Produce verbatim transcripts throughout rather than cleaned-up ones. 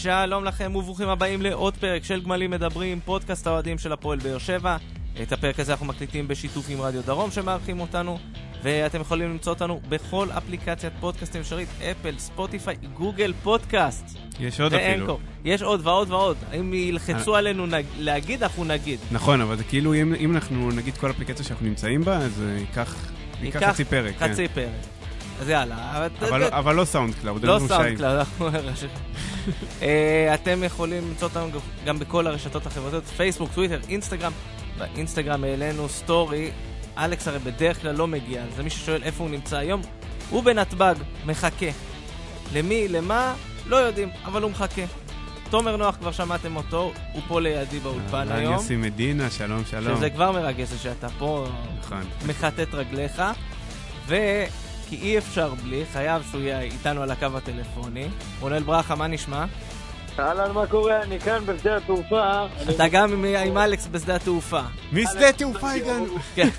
שלום לכם וברוכים הבאים לעוד פרק של גמלים מדברים, פודקאסט האוהדים של הפועל באר שבע. את הפרק הזה אנחנו מקליטים בשיתוף עם רדיו דרום שמארחים אותנו, ואתם יכולים למצוא אותנו בכל אפליקציית פודקאסטים אפשרית, אפל, ספוטיפיי, גוגל פודקאסט. יש עוד אפילו. יש עוד ועוד ועוד. אם ילחצו עלינו להגיד, אנחנו נגיד. נכון, אבל זה כאילו אם אנחנו נגיד כל אפליקציה שאנחנו נמצאים בה, אז ייקח חצי פרק. חצי פרק. אז יאללה. אבל לא סאונד קלאוד. לא סאונד קלאוד. אתם יכולים למצוא אותנו גם בכל הרשתות החברתיות, פייסבוק, טוויטר, אינסטגרם. באינסטגרם העלינו סטורי. אלכס הרי בדרך כלל לא מגיע, זה מי ששואל איפה הוא נמצא היום. הוא בנתב"ג, מחכה. למי, למה? לא יודעים, אבל הוא מחכה. תומר נוח, כבר שמעתם אותו, הוא פה לידי באולפן היום. יוסי מדינה, שלום שלום. שזה כבר מרגש שאתה פה מחטט רגליך. וכי אי אפשר בלי, חייב שהוא יהיה איתנו על הקו הטלפוני. רונל ברכה, מה נשמע? אהלן, מה קורה? אני כאן בשדה התעופה. אתה גם עם אלכס בשדה התעופה. משדה התעופה הגענו.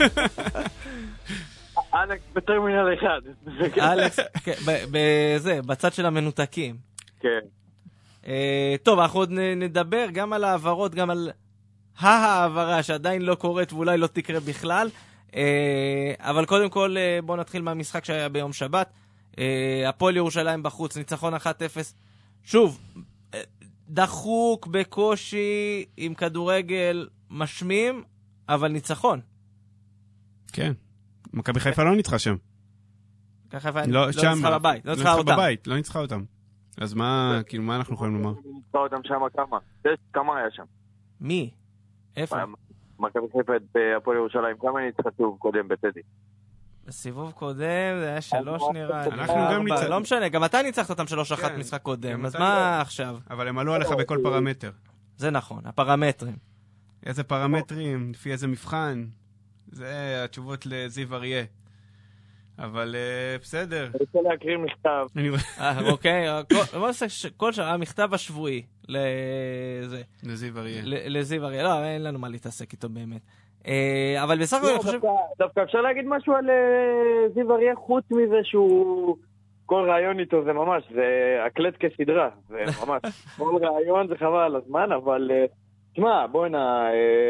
אלכס בטרמינל אחד. אלכס, בזה, בצד של המנותקים. כן. טוב, אנחנו עוד נדבר גם על העברות, גם על העברה שעדיין לא קורית ואולי לא תקרה בכלל. אבל קודם כל בואו נתחיל מהמשחק שהיה ביום שבת. הפועל ירושלים בחוץ, ניצחון אחת אפס. שוב, דחוק בקושי עם כדורגל משמים, אבל ניצחון. כן. מכבי חיפה לא ניצחה שם. מכבי חיפה לא ניצחה בבית, לא ניצחה אותם. בבית, לא ניצחה אותם. אז מה, כאילו, מה אנחנו יכולים לומר? ניצחה אותם שם כמה? כמה היה שם? מי? איפה? מכבי חיפה בהפועל ירושלים, כמה ניצחה סיבוב קודם בטדי? בסיבוב קודם זה היה שלוש נראה. אנחנו גם ניצחנו. לא משנה, גם אתה ניצחת אותם שלוש אחת משחק קודם, אז מה עכשיו? אבל הם עלו עליך בכל פרמטר. זה נכון, הפרמטרים. איזה פרמטרים, לפי איזה מבחן, זה התשובות לזיו אריה. אבל בסדר. אני רוצה להקריא מכתב. אוקיי, כל שעה המכתב השבועי לזה. לזיו אריה. לזיו אריה, לא, אין לנו מה להתעסק איתו באמת. אבל בסך הכל אני חושב... דווקא אפשר להגיד משהו על זיו אריה, חוץ מזה שהוא... כל רעיון איתו זה ממש, זה הקלט כסדרה, זה ממש. כל רעיון זה חבל על הזמן, אבל... תשמע, בואי נה...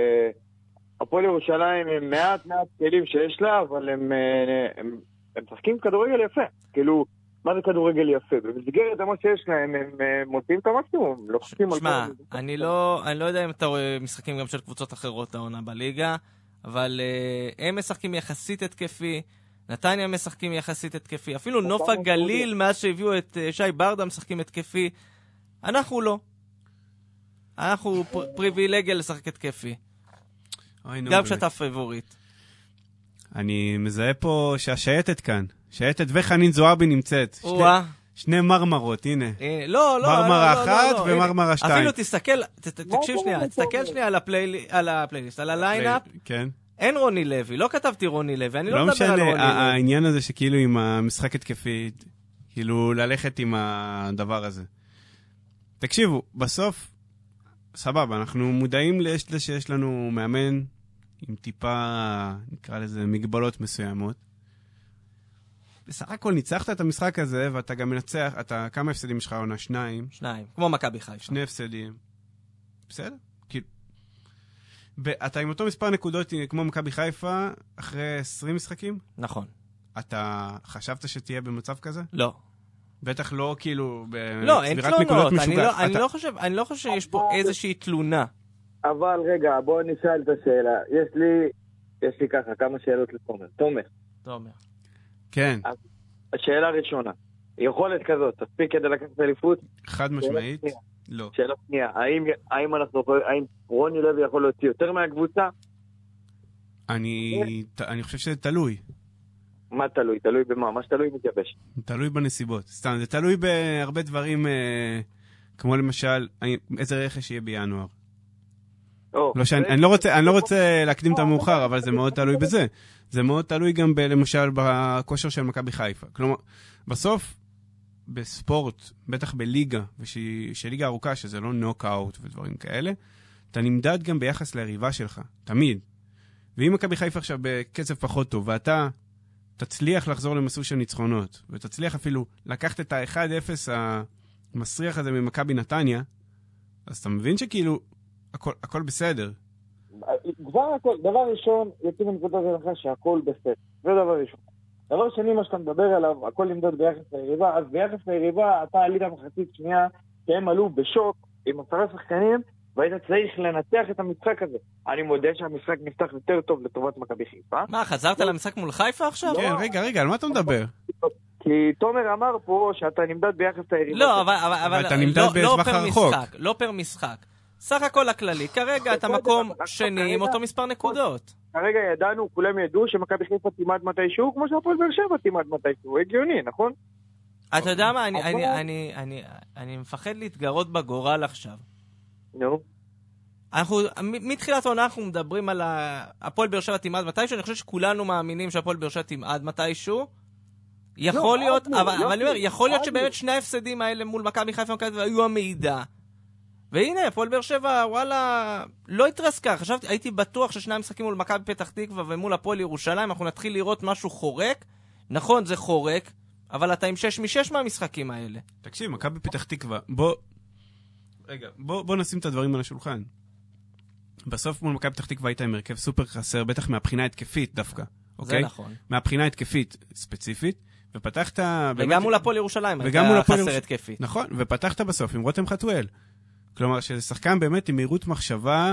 הפועל ירושלים הם מעט מעט כלים שיש לה, אבל הם... הם משחקים כדורגל יפה. כאילו, מה זה כדורגל יפה? במסגרת מה שיש להם, הם מוצאים את המקסימום. לא חושבים על... שמע, אני לא יודע אם אתה רואה משחקים גם של קבוצות אחרות העונה בליגה, אבל הם משחקים יחסית התקפי, נתניה משחקים יחסית התקפי, אפילו נוף הגליל, מאז שהביאו את שי ברדה, משחקים התקפי. אנחנו לא. אנחנו פריבילגיה לשחק התקפי. גם כשאתה פייבוריט. אני מזהה פה שהשייטת כאן. שייטת וחנין זועבי נמצאת. שני מרמרות, הנה. לא, לא. מרמרה אחת ומרמרה שתיים. אפילו תסתכל, תקשיב שנייה, תסתכל שנייה על הפלייליסט, על הליינאפ. כן. אין רוני לוי, לא כתבתי רוני לוי, אני לא מדבר על רוני לוי. לא משנה, העניין הזה שכאילו עם המשחק התקפי, כאילו ללכת עם הדבר הזה. תקשיבו, בסוף, סבבה, אנחנו מודעים לזה שיש לנו מאמן עם טיפה, נקרא לזה, מגבלות מסוימות. בסך הכל ניצחת את המשחק הזה, ואתה גם מנצח, אתה, כמה הפסדים שלך עונה? שניים. שניים, כמו מכבי חיפה. שני הפסדים. בסדר? כאילו. אתה עם אותו מספר נקודות כמו מכבי חיפה, אחרי עשרים משחקים? נכון. אתה חשבת שתהיה במצב כזה? לא. בטח לא כאילו... לא, אין תלונות. אני לא, אני לא חושב, אני לא חושב שיש פה איזושהי תלונה. אבל רגע, בואו נשאל את השאלה. יש לי, יש לי ככה, כמה שאלות לתומר. תומר. תומר. כן. השאלה הראשונה, יכולת כזאת, תספיק כדי לקחת אליפות? חד משמעית, לא. שאלה שנייה, האם, האם אנחנו, האם רוני לוי יכול להוציא יותר מהקבוצה? אני, אני חושב שזה תלוי. מה תלוי? תלוי במה? מה שתלוי מתייבש. תלוי בנסיבות. סתם, זה תלוי בהרבה דברים, כמו למשל, איזה רכש יהיה בינואר. לא שאני, אני לא רוצה, אני לא רוצה להקדים את המאוחר, אבל זה מאוד תלוי בזה. זה מאוד תלוי גם ב, למשל בכושר של מכבי חיפה. כלומר, בסוף, בספורט, בטח בליגה, ושל ליגה ארוכה, שזה לא נוקאוט ודברים כאלה, אתה נמדד גם ביחס ליריבה שלך, תמיד. ואם מכבי חיפה עכשיו בקצב פחות טוב, ואתה תצליח לחזור למסלול של ניצחונות, ותצליח אפילו לקחת את ה-אחד אפס המסריח הזה ממכבי נתניה, אז אתה מבין שכאילו, הכל, הכל בסדר. כבר הכל, דבר ראשון, יוצאים מנקודת הנחה שהכל בסדר. זה דבר ראשון. דבר שני, מה שאתה מדבר עליו, הכל נמדוד ביחס ליריבה, אז ביחס ליריבה, אתה עלית מחצית שנייה, שהם עלו בשוק עם עשרה שחקנים, והיית צריך לנצח את המשחק הזה. אני מודה שהמשחק נפתח יותר טוב לטובת מכבי חיפה. מה, חזרת למשחק מול חיפה עכשיו? כן, רגע, רגע, על מה אתה מדבר? כי תומר אמר פה שאתה נמדד ביחס ליריבה. לא, אבל אתה נמדד בטווח הרחוק. לא פר משחק. סך הכל הכללי, כרגע אתה מקום שני עם אותו מספר נקודות. כרגע ידענו, כולם ידעו שמכבי חיפה תימד מתישהו, כמו שהפועל באר שבע תימד מתישהו, הגיוני, נכון? אתה יודע מה, אני, אני, אני, אני, אני מפחד להתגרות בגורל עכשיו. נו. אנחנו, מתחילת העונה אנחנו מדברים על הפועל באר שבע תימד מתישהו, אני חושב שכולנו מאמינים שהפועל באר שבע תימד מתישהו. יכול להיות, אבל אני אומר, יכול להיות שבאמת שני ההפסדים האלה מול מכבי חיפה היו המידע. והנה, הפועל באר שבע, וואלה, לא התרסקה. חשבתי, הייתי בטוח ששני המשחקים מול מכבי פתח תקווה ומול הפועל ירושלים, אנחנו נתחיל לראות משהו חורק. נכון, זה חורק, אבל אתה עם שש משש מהמשחקים האלה. תקשיב, מכבי פתח תקווה, בוא... רגע, בוא, בוא נשים את הדברים על השולחן. בסוף מול מכבי פתח תקווה הייתה עם הרכב סופר חסר, בטח מהבחינה התקפית דווקא. אוקיי? זה נכון. מהבחינה התקפית ספציפית, ופתחת... וגם באמת... מול הפועל ירושלים, וגם מול הפועל חסר ירוש... התקפית. נכון, ופתחת בסוף עם רותם חתואל. כלומר, שזה שחקן באמת עם מהירות מחשבה...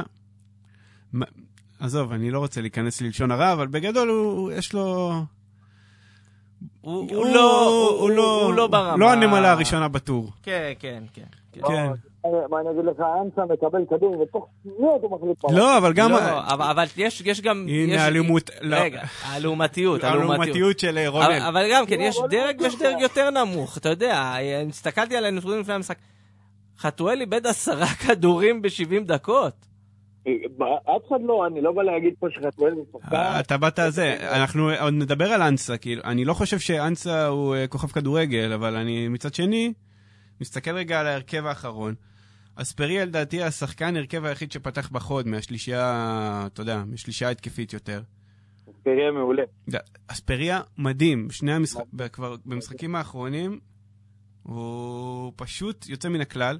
עזוב, אני לא רוצה להיכנס ללשון הרע, אבל בגדול הוא, יש לו... הוא, הוא, הוא לא, הוא, הוא, הוא לא ברמה. לא הנמלה הראשונה בטור. כן, כן, כן. כן. מה אני אגיד לך, אנסה מקבל כדור ותוך שניות הוא מחליט פעם. לא, אבל גם... לא, אבל, אבל יש, יש גם... הנה יש... הלאומות... רגע, הלאומתיות. הלאומתיות של רונן. אבל, אבל גם כן, יש דרג ויש דרג יותר נמוך. אתה יודע, הסתכלתי על הנתונים לפני המשחק. חתואל איבד עשרה כדורים ב-שבעים דקות. אף אחד לא, אני לא בא להגיד פה שחתואל משחקן. אתה באת על זה, אנחנו עוד נדבר על אנסה, כאילו, אני לא חושב שאנסה הוא כוכב כדורגל, אבל אני מצד שני, מסתכל רגע על ההרכב האחרון. אספריה לדעתי השחקן הרכב היחיד שפתח בחוד מהשלישייה, אתה יודע, מהשלישייה התקפית יותר. אספריה מעולה. אספריה מדהים, שני המשחק, כבר במשחקים האחרונים, הוא פשוט יוצא מן הכלל,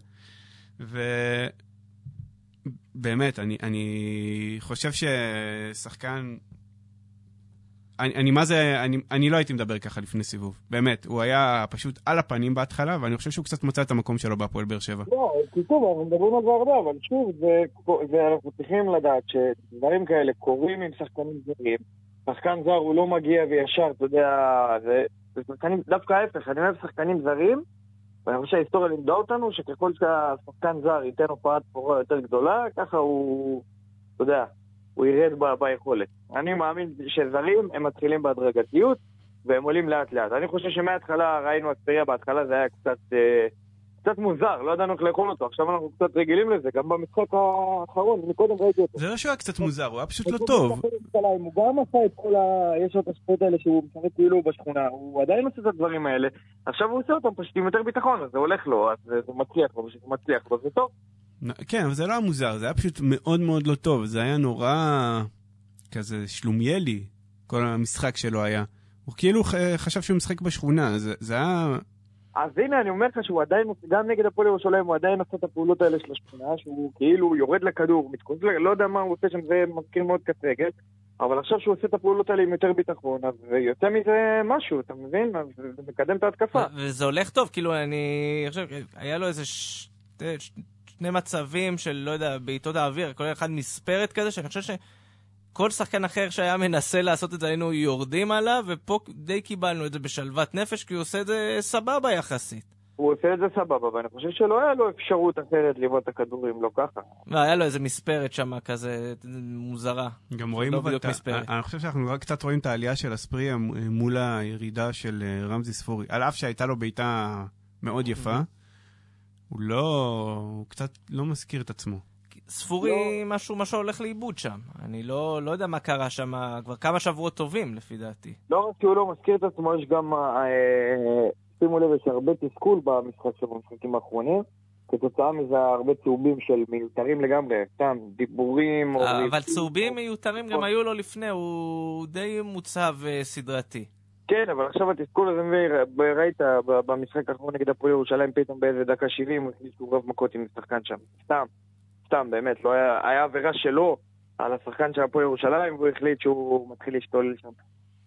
ובאמת, אני, אני חושב ששחקן, אני, אני מה זה, אני, אני לא הייתי מדבר ככה לפני סיבוב, באמת, הוא היה פשוט על הפנים בהתחלה, ואני חושב שהוא קצת מצא את המקום שלו בהפועל באר שבע. לא, כי טוב, אנחנו מדברים על זה הרבה, אבל שוב, זה, זה, אנחנו צריכים לדעת שדברים כאלה קורים עם שחקנים זרים, שחקן זר הוא לא מגיע וישר, אתה יודע, זה, זה שחקנים, דווקא ההפך, אני אוהב שחקנים זרים, ואני חושב שההיסטוריה לימדה אותנו שככל שהשחקן זר ייתן הופעת פורה יותר גדולה, ככה הוא, אתה יודע, הוא ירד ב- ביכולת. אני מאמין שזרים הם מתחילים בהדרגתיות, והם עולים לאט לאט. אני חושב שמההתחלה ראינו אספריה, בהתחלה זה היה קצת, אה, קצת מוזר, לא ידענו איך לאכול אותו. עכשיו אנחנו קצת רגילים לזה, גם במשחק האחרון, מקודם ראיתי אותו. זה לא שהוא היה קצת מוזר, הוא היה פשוט לא טוב. הוא גם עשה את כל ה... יש לו את השפות האלה שהוא משחק כאילו בשכונה, הוא עדיין עושה את הדברים האלה. עכשיו הוא עושה אותם פשוט עם יותר ביטחון, אז זה הולך לו, אז זה מצליח לו, זה מצליח לו, זה טוב. כן, אבל זה לא היה מוזר, זה היה פשוט מאוד מאוד לא טוב, זה היה נורא כזה שלומיילי, כל המשחק שלו היה. הוא כאילו חשב שהוא משחק בשכונה, זה, זה היה... אז הנה, אני אומר לך שהוא עדיין, גם נגד הפועל ירושלים, הוא עדיין עושה את הפעולות האלה של השכונה, שהוא כאילו יורד לכדור, מתכונן, לא יודע מה הוא עושה שם, זה מזכיר מאוד כסגל, אבל עכשיו שהוא עושה את הפעולות האלה עם יותר ביטחון, אז יוצא מזה משהו, אתה מבין? אז זה מקדם את ההתקפה. וזה הולך טוב, כאילו אני חושב, היה לו איזה ש... שני מצבים של, לא יודע, בעיתות האוויר, כל אחד מספרת כזה, שאני חושב שכל שחקן אחר שהיה מנסה לעשות את זה, היינו יורדים עליו, ופה די קיבלנו את זה בשלוות נפש, כי הוא עושה את זה סבבה יחסית. הוא עושה את זה סבבה, ואני חושב שלא היה לו אפשרות אחרת לבעוט את הכדורים, לא ככה. לא, היה לו איזה מספרת שם כזה מוזרה. גם רואים, לא אבל ת... אני חושב שאנחנו רק קצת רואים את העלייה של אספריה מול הירידה של רמזי ספורי, על אף שהייתה לו בעיטה מאוד יפה, הוא לא, הוא קצת לא מזכיר את עצמו. ספורי לא... משהו, משהו הולך לאיבוד שם. אני לא, לא יודע מה קרה שם, כבר כמה שבועות טובים לפי דעתי. לא רק שהוא לא מזכיר את עצמו, יש גם, אה, שימו לב, יש הרבה תסכול במשחק של המשחקים האחרונים, כתוצאה מזה הרבה צהובים של מיותרים לגמרי, סתם דיבורים. אבל צהובים מיותרים גם היו לו לפני, הוא די מוצב סדרתי. כן, אבל עכשיו התסכול הזה, ראית במשחק האחרון נגד הפועל ירושלים, פתאום באיזה דקה שבעים, הוא החליט שהוא רב מכות עם שחקן שם. סתם, סתם, באמת, לא היה, היה עבירה שלו על השחקן של הפועל ירושלים, והוא החליט שהוא מתחיל להשתולל שם.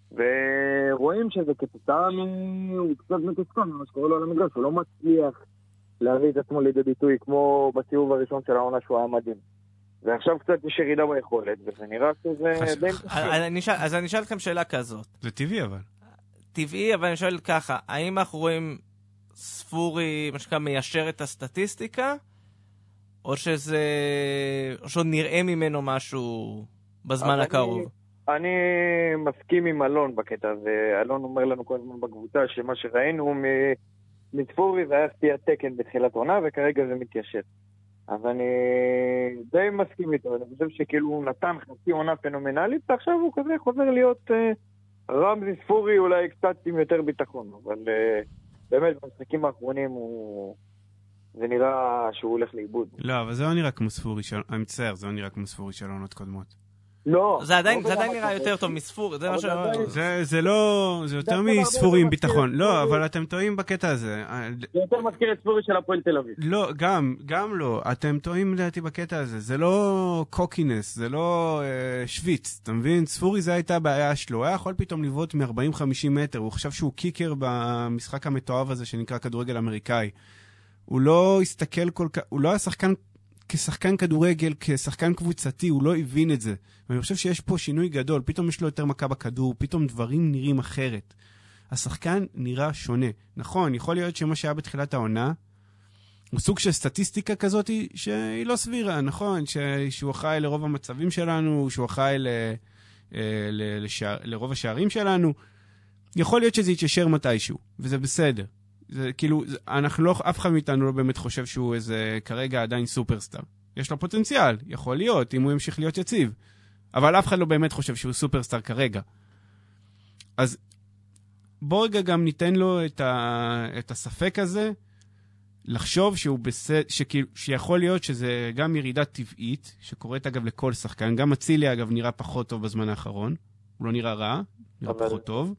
ורואים שזה כתוצאה הוא קצת מתסכל, מה שקורה לו על המגרש, הוא לא מצליח להביא את עצמו לידי ביטוי כמו בסיבוב הראשון של העונה שהוא היה מדהים. ועכשיו קצת יש ירידה ביכולת, וזה נראה שזה די... אז אני אשאל אתכם שאלה כזאת. זה טבעי אבל. טבעי, אבל אני שואל ככה, האם אנחנו רואים ספורי, מה שקרה, מיישר את הסטטיסטיקה, או שזה... או שעוד נראה ממנו משהו בזמן הקרוב? אני מסכים עם אלון בקטע הזה. אלון אומר לנו כל הזמן בקבוצה שמה שראינו מספורי זה היה סטיית תקן בתחילת עונה, וכרגע זה מתיישב. אז אני די מסכים איתו. אני חושב שכאילו הוא נתן חצי עונה פנומנלית, ועכשיו הוא כזה חוזר להיות רמזי ספורי אולי קצת עם יותר ביטחון. אבל באמת במשחקים האחרונים הוא... זה נראה שהוא הולך לאיבוד. לא, אבל זה לא נראה כמו ספורי של... אני מצטער, זה לא נראה כמו ספורי של עונות קודמות. לא. זה עדיין נראה יותר טוב מספור, זה מה ש... זה לא, זה יותר מספורי עם ביטחון. לא, אבל אתם טועים בקטע הזה. זה יותר מזכיר את ספורי של הפועל תל אביב. לא, גם, גם לא. אתם טועים לדעתי בקטע הזה. זה לא קוקינס, זה לא שוויץ, אתה מבין? ספורי זה הייתה הבעיה שלו. הוא היה יכול פתאום לבעוט מ-ארבעים חמישים מטר. הוא חשב שהוא קיקר במשחק המתואב הזה שנקרא כדורגל אמריקאי. הוא לא הסתכל כל כך, הוא לא היה שחקן כשחקן כדורגל, כשחקן קבוצתי, הוא לא הבין את זה. ואני חושב שיש פה שינוי גדול, פתאום יש לו יותר מכה בכדור, פתאום דברים נראים אחרת. השחקן נראה שונה. נכון, יכול להיות שמה שהיה בתחילת העונה, הוא סוג של סטטיסטיקה כזאת שהיא לא סבירה, נכון? שהוא אחראי לרוב המצבים שלנו, שהוא אחראי ל, ל, לשער, לרוב השערים שלנו. יכול להיות שזה יתיישר מתישהו, וזה בסדר. זה כאילו, אנחנו לא, אף אחד מאיתנו לא באמת חושב שהוא איזה, כרגע עדיין סופרסטאר. יש לו פוטנציאל, יכול להיות, אם הוא ימשיך להיות יציב. אבל אף אחד לא באמת חושב שהוא סופרסטאר כרגע. אז בוא רגע גם ניתן לו את, ה, את הספק הזה, לחשוב שהוא בסד, שכאילו, שיכול להיות שזה גם ירידה טבעית, שקורית אגב לכל שחקן, גם אצילי אגב נראה פחות טוב בזמן האחרון, הוא לא נראה רע, נראה אבל... פחות טוב.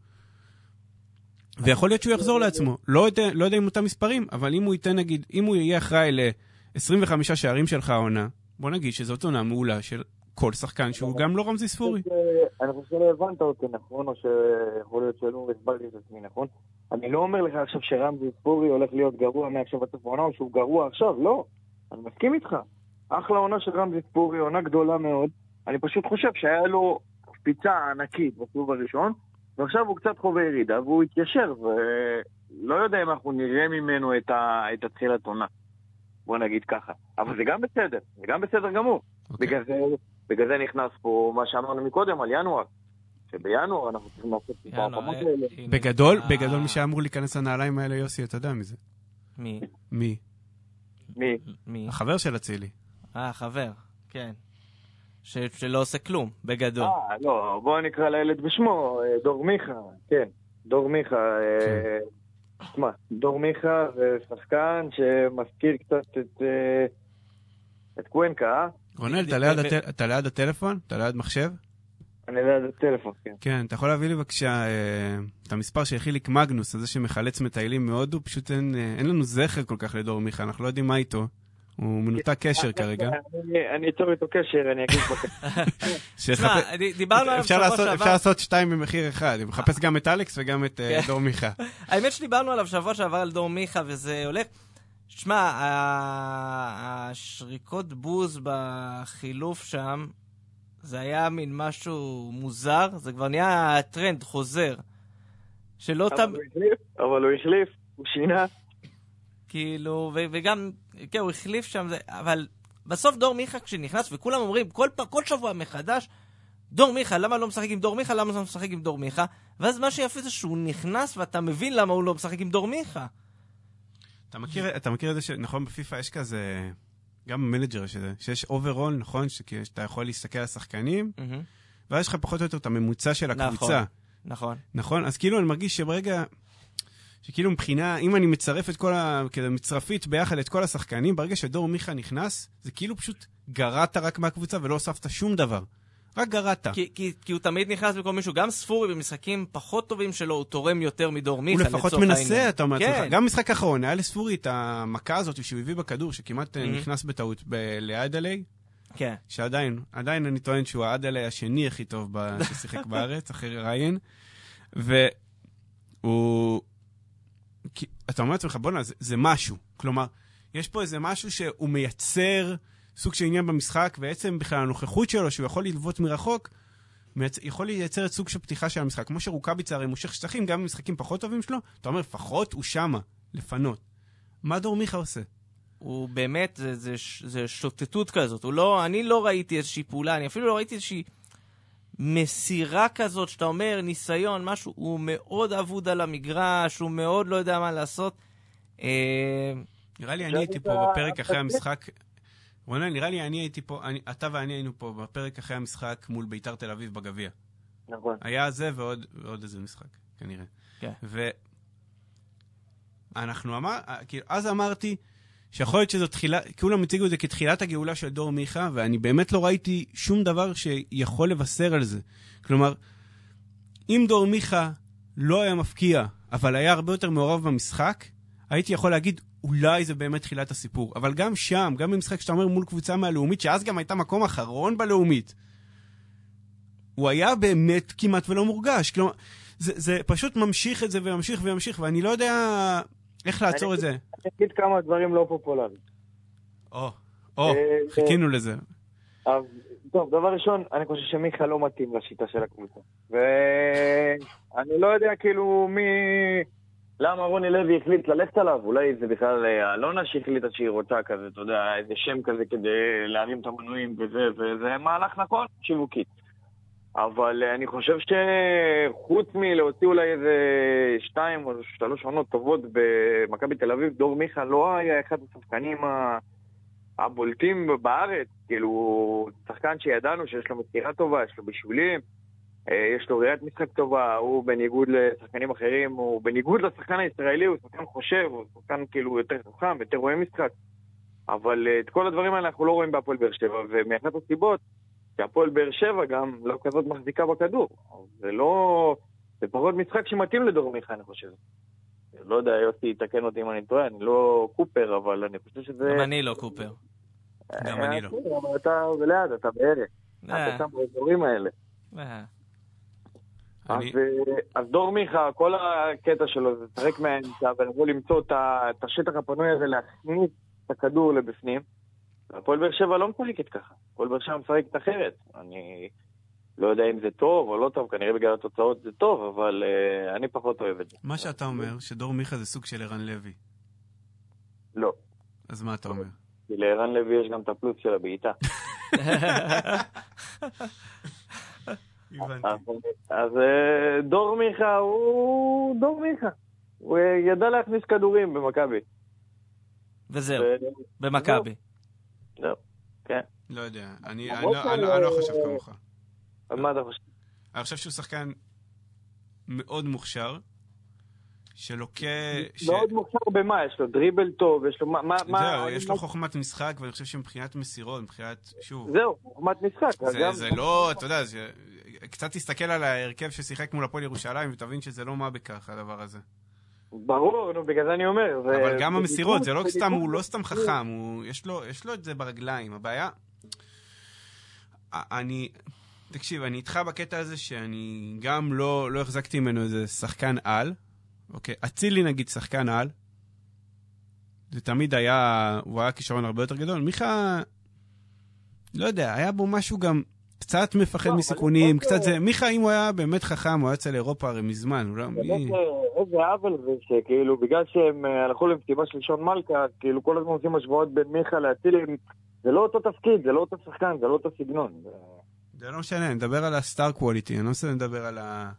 ויכול להיות שהוא יחזור לעצמו. לא יודע, לא יודע עם אותם מספרים, אבל אם הוא ייתן, נגיד, אם הוא יהיה אחראי ל-עשרים וחמישה שערים שלך העונה, בוא נגיד שזאת עונה מעולה של כל שחקן שהוא גם לא רמזי ספורי. אני חושב שלא הבנת אותי נכון, או שיכול להיות שלא הסברתי את עצמי נכון. אני לא אומר לך עכשיו שרמזי ספורי הולך להיות גרוע מעכשיו עד סוף העונה, או שהוא גרוע עכשיו, לא. אני מסכים איתך. אחלה עונה של רמזי ספורי, עונה גדולה מאוד. אני פשוט חושב שהיה לו קפיצה ענקית בסיבוב הראשון, ועכשיו הוא קצת חווה ירידה, והוא התיישר, ולא יודע אם אנחנו נראה ממנו את, ה... את התחילת עונה. בוא נגיד ככה. אבל זה גם בסדר, זה גם בסדר גמור. Okay. בגלל זה, בגלל זה נכנס פה מה שאמרנו מקודם על ינואר. שבינואר אנחנו צריכים לעשות טיפה הפעמות האלה. בגדול, בגדול מי שאמור להיכנס לנעליים האלה, יוסי, אתה יודע מזה. מי? מי? מי? מי? החבר של אצילי. אה, חבר, כן. ש... שלא עושה כלום, בגדול. אה, לא, בואו נקרא לילד בשמו, דור מיכה, כן. דור מיכה, כן. תשמע, דור מיכה זה שחקן שמזכיר קצת את, את קוונקה, אה? רונל, אתה ליד, הטל... אתה ליד הטלפון? אתה ליד מחשב? אני ליד הטלפון, כן. כן, אתה יכול להביא לי בבקשה את המספר של חיליק מגנוס, הזה שמחלץ מטיילים מהודו, פשוט אין, אין לנו זכר כל כך לדור מיכה, אנחנו לא יודעים מה איתו. הוא מנותק קשר כרגע. אני אצור איתו קשר, אני אגיד בקשר. דיברנו עליו שבוע שעבר. אפשר לעשות שתיים במחיר אחד, אני מחפש גם את אלכס וגם את דור מיכה. האמת שדיברנו עליו שבוע שעבר על דור מיכה, וזה הולך... שמע, השריקות בוז בחילוף שם, זה היה מין משהו מוזר, זה כבר נהיה טרנד חוזר. שלא תמיד... אבל הוא החליף, הוא שינה. כאילו, וגם, כן, הוא החליף שם, אבל בסוף דור מיכה כשנכנס, וכולם אומרים, כל, כל שבוע מחדש, דור מיכה, למה לא משחק עם דור מיכה, למה לא משחק עם דור מיכה? ואז מה שיפה זה שהוא נכנס, ואתה מבין למה הוא לא משחק עם דור מיכה. אתה מכיר, אתה מכיר את זה שנכון בפיפה יש כזה, גם במנג'ר שזה, שיש אוברול, נכון, שאתה יכול להסתכל על השחקנים, ואז יש לך פחות או יותר את הממוצע של הקבוצה. נכון. נכון, אז כאילו אני מרגיש שברגע... שכאילו מבחינה, אם אני מצרף את כל ה... כדי מצרפית ביחד את כל השחקנים, ברגע שדור מיכה נכנס, זה כאילו פשוט גרעת רק מהקבוצה ולא הוספת שום דבר. רק גרעת. כי, כי, כי הוא תמיד נכנס במקום מישהו, גם ספורי במשחקים פחות טובים שלו, הוא תורם יותר מדור מיכה. הוא לפחות מנסה, העניין. אתה אומר, כן. גם במשחק האחרון, היה לספורי את המכה הזאת שהוא הביא בכדור, שכמעט mm-hmm. נכנס בטעות ב- לאדלי, כן. שעדיין, עדיין אני טוען שהוא האדלי השני הכי טוב ששיחק בארץ, אחרי ריין, והוא... אתה אומר לעצמך, בוא נה, זה, זה משהו. כלומר, יש פה איזה משהו שהוא מייצר סוג של עניין במשחק, ועצם בכלל הנוכחות שלו, שהוא יכול ללוות מרחוק, מייצ... יכול לייצר את סוג של פתיחה של המשחק. כמו שרוקאביצה הרי מושך שטחים, גם במשחקים פחות טובים שלו, אתה אומר, לפחות הוא שמה, לפנות. מה דור מיכה עושה? הוא באמת, זה, זה, זה שוטטות כזאת. הוא לא, אני לא ראיתי איזושהי פעולה, אני אפילו לא ראיתי איזושהי מסירה כזאת, שאתה אומר, ניסיון, משהו, הוא מאוד עבוד על המגרש, הוא מאוד לא יודע מה לעשות. נראה לי אני הייתי פה בפרק אחרי המשחק, רונן, נראה לי אני הייתי פה, אני, אתה ואני היינו פה בפרק אחרי המשחק מול ביתר תל אביב בגביע. נכון. היה זה ועוד, ועוד איזה משחק, כנראה. כן. ואנחנו אמר, כאילו, אז אמרתי, שיכול להיות שזו תחילה, כולם הציגו את זה כתחילת הגאולה של דור מיכה, ואני באמת לא ראיתי שום דבר שיכול לבשר על זה. כלומר, אם דור מיכה לא היה מפקיע, אבל היה הרבה יותר מעורב במשחק, הייתי יכול להגיד, אולי זה באמת תחילת הסיפור. אבל גם שם, גם במשחק שאתה אומר מול קבוצה מהלאומית, שאז גם הייתה מקום אחרון בלאומית, הוא היה באמת כמעט ולא מורגש. כלומר, זה, זה פשוט ממשיך את זה וממשיך וממשיך, ואני לא יודע איך לעצור את זה. אני אגיד כמה דברים לא פופולריים. או, או, חיכינו לזה. אז, טוב, דבר ראשון, אני חושב שמיכה לא מתאים לשיטה של הקבוצה. ואני לא יודע כאילו מי... למה רוני לוי החליט ללכת עליו? אולי זה בכלל אלונה שהחליטה שהיא רוצה כזה, אתה יודע, איזה שם כזה כדי להרים את המנויים וזה, וזה מהלך נכון, שיווקית. אבל אני חושב שחוץ מלהוציא אולי איזה שתיים או שלוש עונות טובות במכבי תל אביב, דור מיכה לא היה אחד השחקנים הבולטים בארץ. כאילו, שחקן שידענו שיש לו מזכירה טובה, יש לו בישולים, יש לו ראיית משחק טובה, הוא בניגוד לשחקנים אחרים, הוא בניגוד לשחקן הישראלי, הוא שחקן חושב, הוא שחקן כאילו יותר חכם, יותר רואה משחק. אבל את כל הדברים האלה אנחנו לא רואים בהפועל באר שבע, ומאחת הסיבות שהפועל באר שבע גם לא כזאת מחזיקה בכדור. זה לא... זה פחות משחק שמתאים לדור מיכה, אני חושב. לא יודע, יוסי יתקן אותי אם אני טועה, אני לא קופר, אבל אני חושב שזה... גם אני לא קופר. גם אני לא. אבל אתה ליד, אתה בערך. אתה שם באזורים האלה. אז דור מיכה, כל הקטע שלו זה תרק מהאמצע, ולבוא למצוא את השטח הפנוי הזה, להכניס את הכדור לבפנים. הפועל באר שבע לא משחקת ככה. הפועל באר שבע משחקת אחרת. אני לא יודע אם זה טוב או לא טוב, כנראה בגלל התוצאות זה טוב, אבל uh, אני פחות אוהב את זה. מה שאתה אומר, שדור מיכה זה סוג של ערן לוי. לא. אז מה אתה אומר? כי לערן לוי יש גם את הפלוס של הבעיטה. הבנתי. אז דור מיכה הוא דור מיכה. הוא ידע להכניס כדורים במכבי. וזהו, במכבי. זהו, כן. לא יודע, אני לא חושב כמוך. מה אתה חושב? אני חושב שהוא שחקן מאוד מוכשר, שלוקה... מאוד מוכשר במה? יש לו דריבל טוב, יש לו... זהו, יש לו חוכמת משחק, ואני חושב שמבחינת מסירות, מבחינת... שוב... זהו, חוכמת משחק. זה לא, אתה יודע, קצת תסתכל על ההרכב ששיחק מול הפועל ירושלים, ותבין שזה לא מה בכך, הדבר הזה. ברור, נו, בגלל זה אני אומר. אבל גם המסירות, זה לא סתם, הוא לא סתם חכם, יש לו את זה ברגליים. הבעיה... אני... תקשיב, אני איתך בקטע הזה שאני גם לא החזקתי ממנו איזה שחקן על, אוקיי, אצילי נגיד שחקן על, זה תמיד היה, הוא היה כישרון הרבה יותר גדול. מיכה, לא יודע, היה בו משהו גם קצת מפחד מסיכונים, קצת זה, מיכה אם הוא היה באמת חכם, הוא היה אצל אירופה הרי מזמן, הוא לא... איזה עוול זה שכאילו, בגלל שהם הלכו למכתיבה של שון מלכה, כאילו כל הזמן עושים השוואות בין מיכה לאצילי, זה לא אותו תפקיד, זה לא אותו שחקן, זה לא אותו סגנון. זה לא משנה, נדבר על הסטאר קווליטי, אני לא רוצה לדבר על ה...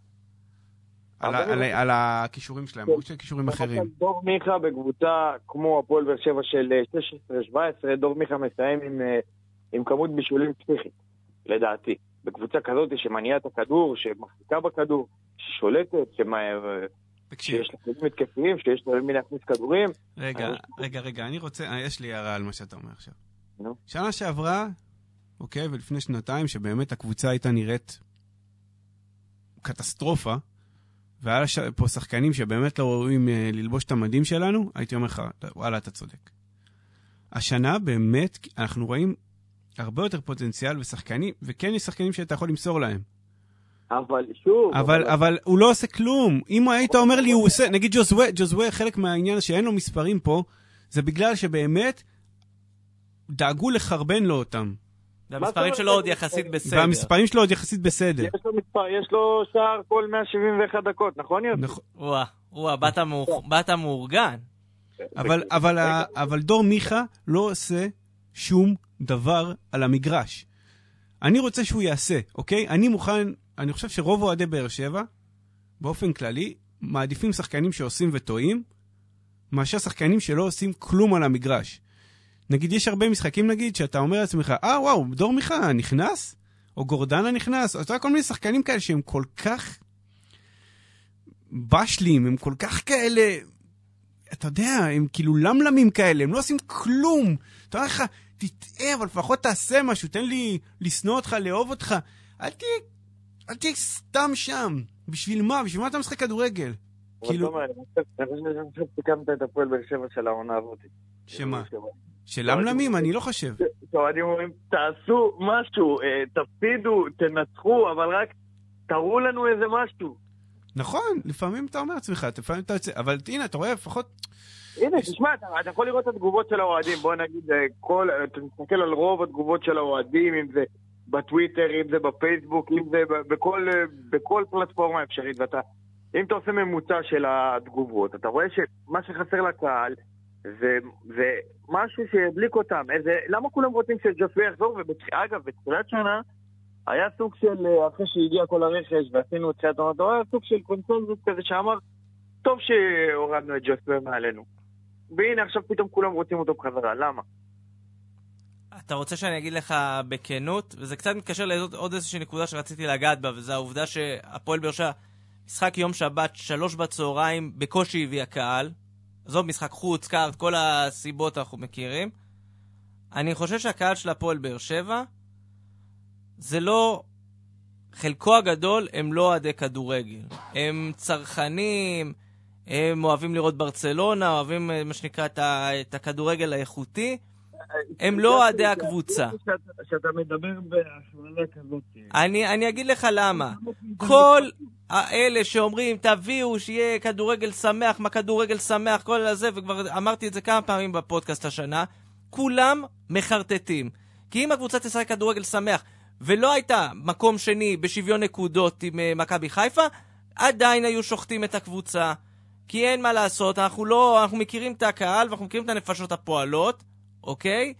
על הכישורים שלהם, ברור של כישורים אחרים. דור מיכה בקבוצה כמו הפועל באר שבע של שש עשרה שבע עשרה, דור מיכה מסיים עם כמות בישולים פסיכית, לדעתי. בקבוצה כזאת שמניעה את הכדור, שמחזיקה בכדור, ששולטת, שיש לה כדורים התקפיים, שיש לה מי להכניס כדורים. רגע, רגע, רגע, אני רוצה, יש לי הערה על מה שאתה אומר עכשיו. שנה שעברה, אוקיי? ולפני שנתיים שבאמת הקבוצה הייתה נראית קטסטרופה, והיה פה שחקנים שבאמת לא רואים ללבוש את המדים שלנו, הייתי אומר לך, וואלה, אתה צודק. השנה באמת אנחנו רואים הרבה יותר פוטנציאל ושחקנים, וכן יש שחקנים שאתה יכול למסור להם. אבל שוב... אבל, אבל... אבל הוא לא עושה כלום. אם היית אומר לי, הוא עושה... נגיד ג'וזווה, ג'וזווה, חלק מהעניין שאין לו מספרים פה, זה בגלל שבאמת דאגו לחרבן לו אותם. והמספרים שלו עוד יחסית בסדר. והמספרים שלו עוד יחסית בסדר. יש לו מספר, יש לו שער כל מאה שבעים ואחת דקות, נכון יוסי? נכון. וואה, וואה, באת מאורגן. אבל, אבל, אבל דור מיכה לא עושה שום דבר על המגרש. אני רוצה שהוא יעשה, אוקיי? אני מוכן, אני חושב שרוב אוהדי באר שבע, באופן כללי, מעדיפים שחקנים שעושים וטועים, מאשר שחקנים שלא עושים כלום על המגרש. נגיד, יש הרבה משחקים, נגיד, שאתה אומר לעצמך, אה, וואו, דור מיכה נכנס? או גורדנה נכנס? או אתה יודע, כל מיני שחקנים כאלה שהם כל כך בשלים, הם כל כך כאלה, אתה יודע, הם כאילו למלמים כאלה, הם לא עושים כלום. אתה אומר לך, תתאה, אבל לפחות תעשה משהו, תן לי לסנוע אותך, לאהוב אותך. אל תהיה, אל תהיה סתם שם. בשביל מה? בשביל מה אתה משחק כדורגל? כאילו... אני חושב שסיכמת את הפועל באר שבע של העונה הזאת. שמה? של למלמים? אני לא חושב. אני אומרים, תעשו משהו, תפסידו, תנצחו, אבל רק תראו לנו איזה משהו. נכון, לפעמים אתה אומר עצמך, לפעמים אתה יוצא, אבל הנה, אתה רואה לפחות... הנה, תשמע, אתה יכול לראות את התגובות של האוהדים, בוא נגיד, אתה מסתכל על רוב התגובות של האוהדים, אם זה בטוויטר, אם זה בפייסבוק, אם זה בכל פלטפורמה אפשרית, ואתה, אם אתה עושה ממוצע של התגובות, אתה רואה שמה שחסר לקהל, זה משהו שידליק אותם, למה כולם רוצים שג'וסווה יחזור, ואגב, בתחילת שנה, היה סוג של, אחרי שהגיע כל הרכש, ועשינו את תחילת עונת, היה סוג של קונסנזוס כזה שאמר, טוב שהורדנו את ג'וסווה מעלינו. והנה, עכשיו פתאום כולם רוצים אותו בחזרה. למה? אתה רוצה שאני אגיד לך בכנות, וזה קצת מתקשר לעוד איזושהי נקודה שרציתי לגעת בה, וזו העובדה שהפועל באר שבע, משחק יום שבת, שלוש בצהריים, בקושי הביא הקהל. זו משחק חוץ, קארט, כל הסיבות אנחנו מכירים. אני חושב שהקהל של הפועל באר שבע, זה לא... חלקו הגדול הם לא אוהדי כדורגל. הם צרכנים... הם אוהבים לראות ברצלונה, אוהבים מה שנקרא את, ה, את הכדורגל האיכותי, הם לא אוהדי הקבוצה. שאתה מדבר בהשמנה כזאת. אני, אני אגיד לך למה. כל האלה שאומרים, תביאו שיהיה כדורגל שמח, מה כדורגל שמח, כל הזה, וכבר אמרתי את זה כמה פעמים בפודקאסט השנה, כולם מחרטטים. כי אם הקבוצה תשחק כדורגל שמח, ולא הייתה מקום שני בשוויון נקודות עם מכבי חיפה, עדיין היו שוחטים את הקבוצה. כי אין מה לעשות, אנחנו לא, אנחנו מכירים את הקהל, ואנחנו מכירים את הנפשות הפועלות, אוקיי?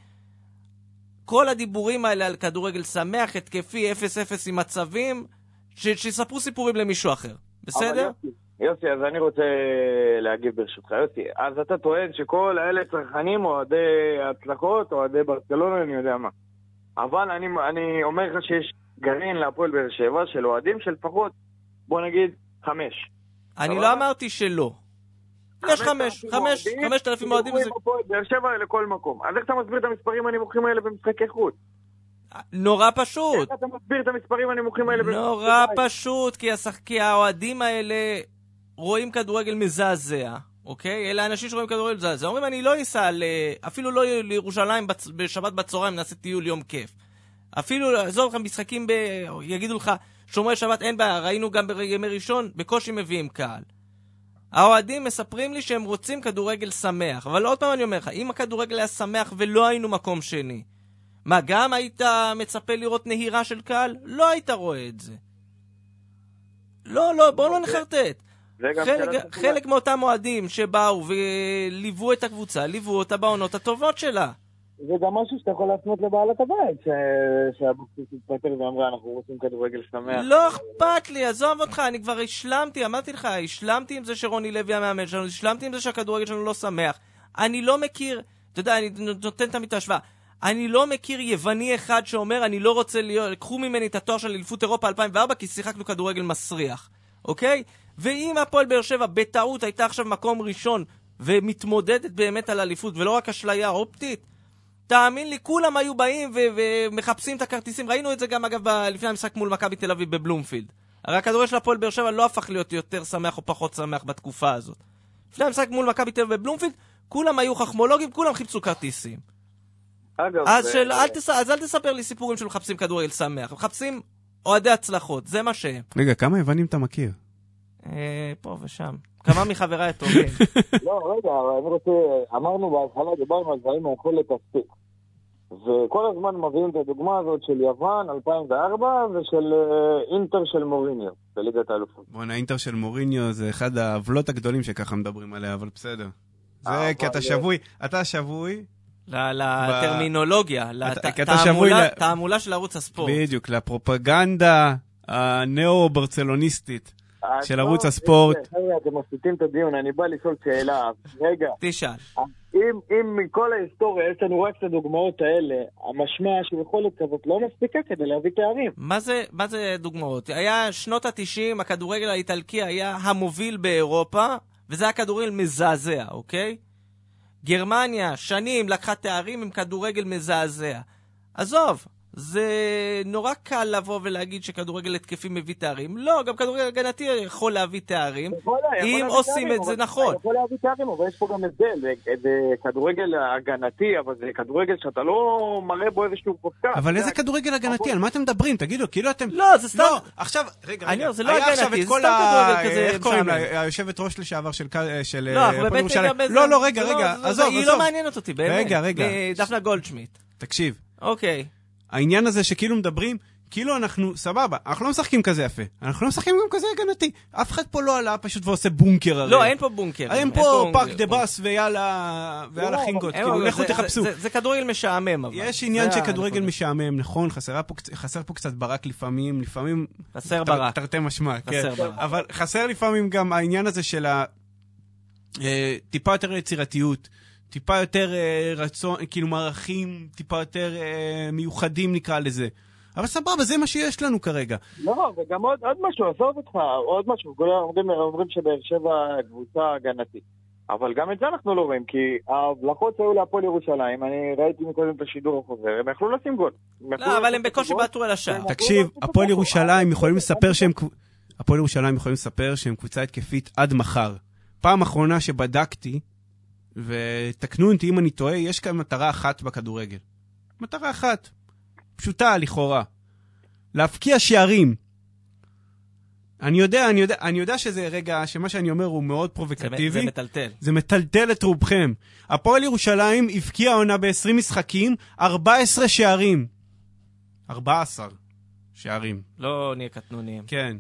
כל הדיבורים האלה על כדורגל שמח, התקפי, אפס אפס עם מצבים, ש- שיספרו סיפורים למישהו אחר. בסדר? יוסי, יוסי, אז אני רוצה להגיב ברשותך. יוסי, אז אתה טוען שכל האלה צרכנים, אוהדי הצלחות, אוהדי ברצלונה, אני יודע מה. אבל אני, אני אומר לך שיש גרעין להפועל באר שבע של אוהדים של פחות, בוא נגיד, חמש. אני לא אמרתי שלא. יש חמש, חמש, חמשת אלפים אוהדים זה... באר שבע לכל מקום. אז איך אתה מסביר את המספרים הנמוכים האלה במשחקי חוץ? נורא פשוט. איך אתה מסביר את המספרים הנמוכים האלה במשחקי חוץ? נורא פשוט, כי האוהדים האלה רואים כדורגל מזעזע, אוקיי? אלה אנשים שרואים כדורגל מזעזע. אומרים, אני לא אסע, אפילו לא לירושלים בשבת בצהריים, נעשה טיול יום כיף. אפילו, עזוב לך משחקים, יגידו לך, שומרי שבת אין בעיה, ראינו גם בימי ראשון, בקושי מביאים קהל. האוהדים מספרים לי שהם רוצים כדורגל שמח, אבל עוד פעם אני אומר לך, אם הכדורגל היה שמח ולא היינו מקום שני, מה, גם היית מצפה לראות נהירה של קהל? לא היית רואה את זה. לא, לא, בואו לא נחרטט. חלק, חלק מאותם אוהדים שבאו וליוו את הקבוצה, ליוו אותה בעונות הטובות שלה. זה גם משהו שאתה יכול להפנות לבעלת הבית, שהבוקסית התפטר ואמרה, אנחנו רוצים כדורגל שמח. לא אכפת לי, עזוב אותך, אני כבר השלמתי, אמרתי לך, השלמתי עם זה שרוני לוי המאמן שלנו, השלמתי עם זה שהכדורגל שלנו לא שמח. אני לא מכיר, אתה יודע, אני נותן תמיד השוואה, אני לא מכיר יווני אחד שאומר, אני לא רוצה להיות, קחו ממני את התואר של אליפות אירופה אלפיים וארבע, כי שיחקנו כדורגל מסריח, אוקיי? ואם הפועל באר שבע בטעות הייתה עכשיו מקום ראשון, ומתמודדת באמת על אליפות, ולא רק אשליה אופטית, תאמין לי, כולם היו באים ומחפשים את הכרטיסים. ראינו את זה גם, אגב, לפני המשחק מול מכבי תל אביב בבלומפילד. הרי הכדורגל של הפועל באר שבע לא הפך להיות יותר שמח או פחות שמח בתקופה הזאת. לפני המשחק מול מכבי תל אביב בבלומפילד, כולם היו חכמולוגים, כולם חיפשו כרטיסים. אגב, אז, ו... של, אל תס... אז אל תספר לי סיפורים של מחפשים כדורגל שמח. מחפשים אוהדי הצלחות, זה מה שהם. רגע, כמה יוונים אתה מכיר? אה, פה ושם. כמה מחבריי הטובים. לא, רגע, אני רוצה, אמרנו בהתחלה, דיברנו על דברים מהיכולת הספיק. וכל הזמן מביאים את הדוגמה הזאת של יוון, אלפיים וארבע, ושל אינטר של מוריניו, בליגת האלופות. בוא'נה, אינטר של מוריניו זה אחד העוולות הגדולים שככה מדברים עליה, אבל בסדר. זה כי אתה שבוי, אתה שבוי... לטרמינולוגיה, לתעמולה של ערוץ הספורט. בדיוק, לפרופגנדה הנאו-ברצלוניסטית של ערוץ הספורט. רגע, אתם מסיתים את הדיון, אני בא לשאול שאלה. רגע. תשאל. אם מכל ההיסטוריה יש לנו רק את הדוגמאות האלה, המשמע של יכולת כזאת לא מספיקה כדי להביא תארים. מה זה דוגמאות? היה שנות ה-תשעים, הכדורגל האיטלקי היה המוביל באירופה, וזה היה כדורגל מזעזע, אוקיי? גרמניה, שנים, לקחה תארים עם כדורגל מזעזע. עזוב, זה נורא קל לבוא ולהגיד שכדורגל התקפי מביא תארים. לא, גם כדורגל הגנתי יכול להביא תארים, אם עושים את זה נכון. יכול להביא תארים, אבל יש פה גם הבדל. זה כדורגל הגנתי, אבל זה כדורגל שאתה לא מראה בו איזשהו פוסקה. אבל איזה כדורגל הגנתי? על מה אתם מדברים? תגידו, כאילו אתם... לא, זה סתם... עכשיו, רגע, רגע. זה לא הגנתי, זה סתם כדורגל כזה... איך קוראים לה? היושבת ראש לשעבר של... לא, אנחנו באמת גם בזה... לא, לא, רגע, רגע. עזוב, היא לא מעניינת אותי, באמת. רגע, רגע. דפנה גולדשמיט. תקשיב. אוקיי. העניין הזה שכאילו מדברים, כאילו אנחנו, סבבה, אנחנו לא משחקים כזה יפה, אנחנו לא משחקים גם כזה הגנתי. אף אחד פה לא עלה פשוט ועושה בונקר הרי. לא, אין פה בונקר. אין פה פארק דה בס ויאללה, ויאללה חינגות, כאילו, לכו תחפשו. זה כדורגל משעמם, אבל. יש עניין שכדורגל משעמם, נכון, חסר פה קצת ברק לפעמים, לפעמים... חסר ברק. תרתי משמע, כן. חסר ברק. אבל חסר לפעמים גם העניין הזה של טיפה יותר יצירתיות, טיפה יותר רצון, כאילו מערכים, טיפה יותר מיוחדים נקרא לזה. אבל סבבה, זה מה שיש לנו כרגע. לא, וגם עוד, עוד משהו, עזוב אותך, עוד משהו, אומרים, אומרים שבאר שבע קבוצה הגנתית. אבל גם את זה אנחנו לא רואים, כי ההבלחות שהיו להפועל ירושלים, אני ראיתי מקודם את השידור החוזר, הם יכלו לשים גול. לא, אבל הם בקושי בעטו על השער. תקשיב, הפועל ירושלים יכולים לספר שהם, הפועל ירושלים יכולים לספר שהם קבוצה התקפית עד מחר. פעם אחרונה שבדקתי, ותקנו אותי אם אני טועה, יש כאן מטרה אחת בכדורגל. מטרה אחת. פשוטה, לכאורה. להפקיע שערים. אני יודע, אני יודע, אני יודע שזה רגע, שמה שאני אומר הוא מאוד פרובוקטיבי. זה, זה מטלטל. זה מטלטל את רובכם. הפועל ירושלים הבקיע עונה ב-עשרים משחקים, ארבע עשרה שערים. ארבע עשרה שערים. לא נהיה קטנוניים. כן.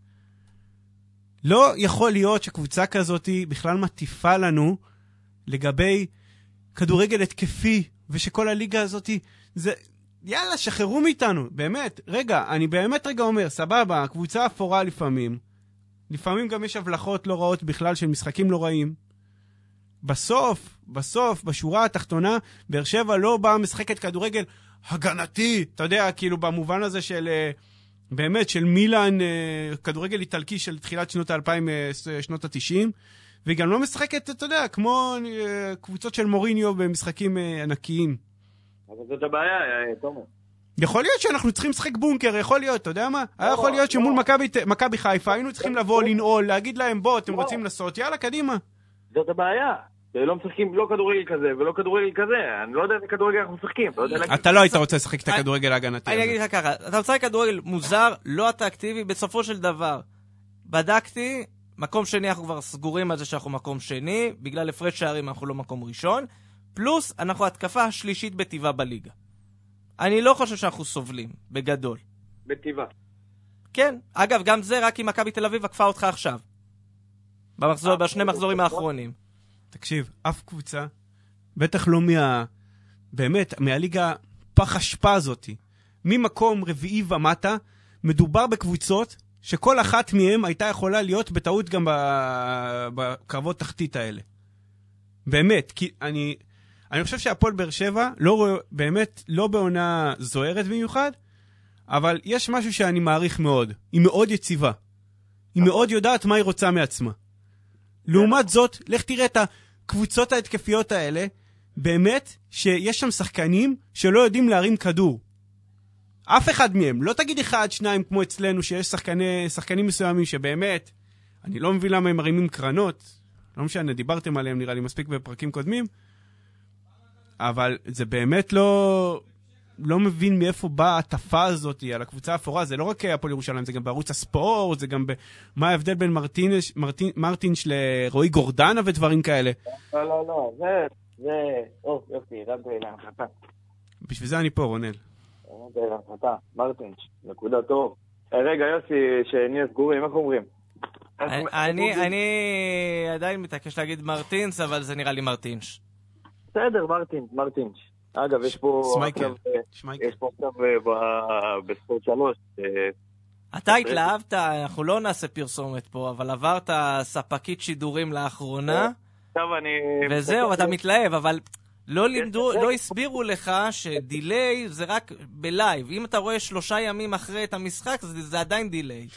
לא יכול להיות שקבוצה כזאת בכלל מטיפה לנו לגבי כדורגל התקפי, ושכל הליגה הזאת זה... יאללה, שחררו מאיתנו, באמת. רגע, אני באמת רגע אומר, סבבה, הקבוצה אפורה לפעמים. לפעמים גם יש הבלחות לא רעות בכלל של משחקים לא רעים. בסוף, בסוף, בשורה התחתונה, באר שבע לא באה משחקת כדורגל הגנתי, אתה יודע, כאילו במובן הזה של, באמת, של מילאן, כדורגל איטלקי של תחילת שנות ה-אלפיים, שנות ה-תשעים, והיא גם לא משחקת, אתה יודע, כמו קבוצות של מוריניו במשחקים ענקיים. אבל זאת הבעיה, תומר. יכול להיות שאנחנו צריכים לשחק בונקר, יכול להיות, אתה יודע מה? היה יכול להיות שמול מכבי חיפה היינו צריכים לבוא, לנעול, להגיד להם, בוא, אתם רוצים לעשות, יאללה, קדימה. זאת הבעיה. לא משחקים לא כדורגל כזה ולא כדורגל כזה. אני לא יודע איזה כדורגל אנחנו משחקים. אתה לא היית רוצה לשחק את הכדורגל ההגנתי. אני אגיד לך ככה, אתה משחק כדורגל מוזר, לא אטרקטיבי, בסופו של דבר. בדקתי, מקום שני אנחנו כבר סגורים על זה שאנחנו מקום שני, בגלל הפרש שערים אנחנו לא מקום ראשון. פלוס, אנחנו התקפה השלישית בטבעה בליגה. אני לא חושב שאנחנו סובלים, בגדול. בטבעה. כן. אגב, גם זה רק אם מכבי תל אביב עקפה אותך עכשיו. במחזור, בשני מחזורים האחרונים. תקשיב, אף קבוצה, בטח לא מה... באמת, מהליגה פח השפה הזאת, ממקום רביעי ומטה, מדובר בקבוצות שכל אחת מהן הייתה יכולה להיות בטעות גם בקרבות תחתית האלה. באמת, כי אני... אני חושב שהפועל באר שבע לא, באמת לא בעונה זוהרת במיוחד, אבל יש משהו שאני מעריך מאוד. היא מאוד יציבה. היא מאוד יודעת מה היא רוצה מעצמה. לעומת זאת, לך תראה את הקבוצות ההתקפיות האלה, באמת שיש שם שחקנים שלא יודעים להרים כדור. אף אחד מהם. לא תגיד אחד, שניים כמו אצלנו, שיש שחקני, שחקנים מסוימים שבאמת, אני לא מבין למה הם מרימים קרנות. לא משנה, דיברתם עליהם נראה לי מספיק בפרקים קודמים. אבל זה באמת לא... לא מבין מאיפה באה התפה הזאת על הקבוצה האפורה. זה לא רק הפועל ירושלים, זה גם בערוץ הספורט, זה גם ב... מה ההבדל בין מרטינש, מרטין, מרטינש לרועי גורדנה ודברים כאלה. לא, לא, לא, זה... זה... או, יופי, רמתי להנחתה. בשביל זה אני פה, רונל. רמתי להנחתה, מרטינש, נקודה טוב. רגע, יוסי, שנהיה סגורים, איך אומרים? אני, אני עדיין מתעקש להגיד מרטינס, אבל זה נראה לי מרטינש. בסדר, מרטינש, מרטינש. אגב, יש פה... שמייקל. יש פה עכשיו בספורט שלוש. אתה התלהבת, אנחנו לא נעשה פרסומת פה, אבל עברת ספקית שידורים לאחרונה, וזהו, אתה מתלהב, אבל לא לימדו, לא הסבירו לך שדיליי זה רק בלייב. אם אתה רואה שלושה ימים אחרי את המשחק, זה עדיין דיליי.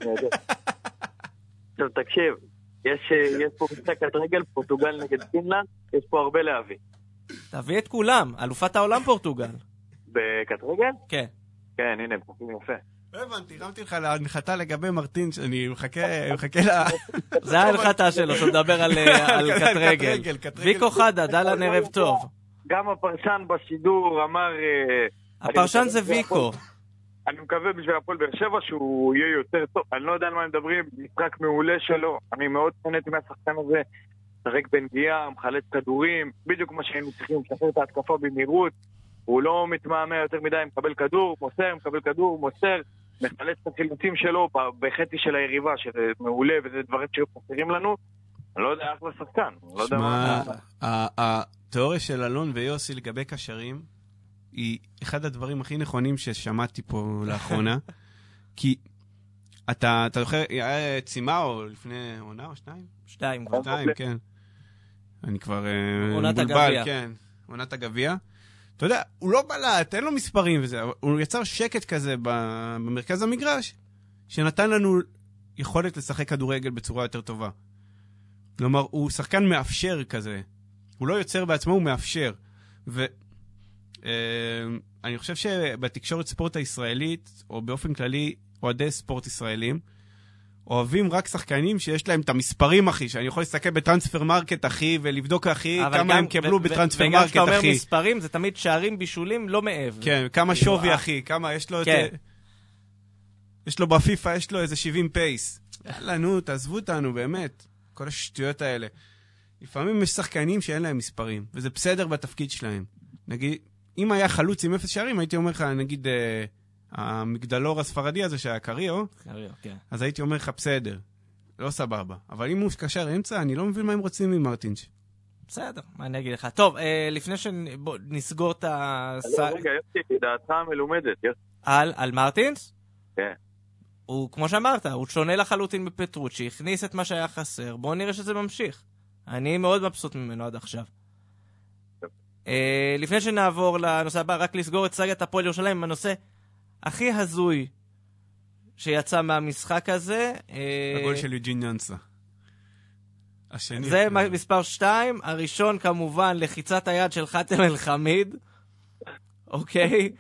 עכשיו תקשיב, יש פה משחק כדורגל, פורטוגל נגד פינלנד, יש פה הרבה להביא. תביא את כולם, אלופת העולם פורטוגל. בכדורגל? כן. כן, הנה, פורטוגל יפה. לא הבנתי, רמתי לך להנחתה לגבי מרטין, שאני מחכה לה... זה ההנחתה שלו, שהוא מדבר על כדורגל. ויקו חדה, דלן ערב טוב. גם הפרשן בשידור אמר... הפרשן זה ויקו. אני מקווה בשביל הפועל באר שבע שהוא יהיה יותר טוב. אני לא יודע על מה הם מדברים, משחק מעולה שלו. אני מאוד נהניתי מהשחקן הזה. שחק בנגיעה, מחלץ כדורים, בדיוק כמו שהיינו צריכים לשחרר את ההתקפה במהירות. הוא לא מתמהמה יותר מדי, מקבל כדור, מוסר, מקבל כדור, מוסר, מחלץ את החילוצים שלו בחצי של היריבה, שזה מעולה וזה דברים שחסרים לנו. אני לא יודע איך לשחקן. שמע, התיאוריה של אלון ויוסי לגבי קשרים היא אחד הדברים הכי נכונים ששמעתי פה לאחרונה, כי אתה, אתה זוכר, היה צימאו לפני עונה או שניים? שתיים. שתיים, כן. אני כבר עונת הגביע. כן, עונת הגביע. אתה יודע, הוא לא בלט, אין לו מספרים וזה, הוא יצר שקט כזה במרכז המגרש, שנתן לנו יכולת לשחק כדורגל בצורה יותר טובה. כלומר, הוא שחקן מאפשר כזה. הוא לא יוצר בעצמו, הוא מאפשר. ו... אני חושב שבתקשורת ספורט הישראלית, או באופן כללי, אוהדי ספורט ישראלים, אוהבים רק שחקנים שיש להם את המספרים, אחי, שאני יכול להסתכל בטרנספר מרקט, אחי, ולבדוק, אחי, כמה הם קיבלו בטרנספר מרקט, אחי. וגם כשאתה אומר מספרים, זה תמיד שערים בישולים, לא מעבר. כן, כמה שווי, אחי, כמה יש לו... יש לו בפיפה, יש לו איזה שבעים פייס. יאללה, נו, תעזבו אותנו, באמת. כל השטויות האלה. לפעמים יש שחקנים שאין להם מספרים, וזה בסדר בתפקיד שלהם. נגיד, אם היה חלוץ עם אפס שערים, הייתי אומר לך, נגיד, אה, המגדלור הספרדי הזה שהיה קריו, קריו, כן. אז הייתי אומר לך, בסדר, לא סבבה. אבל אם הוא קשר אמצע, אני לא מבין מה הם רוצים ממרטינש. בסדר, מה אני אגיד לך? טוב, אה, לפני שנסגור את ה... רגע, יוסי, דעתך מלומדת, יוסי. על, על מרטינס? כן. הוא, כמו שאמרת, הוא שונה לחלוטין בפטרוצ'י, הכניס את מה שהיה חסר, בואו נראה שזה ממשיך. אני מאוד מבסוט ממנו עד עכשיו. אה, לפני שנעבור לנושא הבא, רק לסגור את סאגת הפועל ירושלים, הנושא הכי הזוי שיצא מהמשחק הזה. הגול של יוג'ין יאנסה. זה מספר שתיים, הראשון כמובן לחיצת היד של חתם אל חמיד. אוקיי.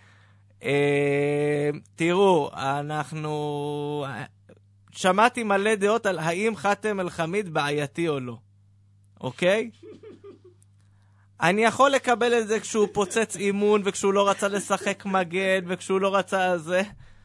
תראו, אנחנו... שמעתי מלא דעות על האם חתם אל חמיד בעייתי או לא. אוקיי? אני יכול לקבל את זה כשהוא פוצץ אימון, וכשהוא לא רצה לשחק מגן, וכשהוא לא רצה זה.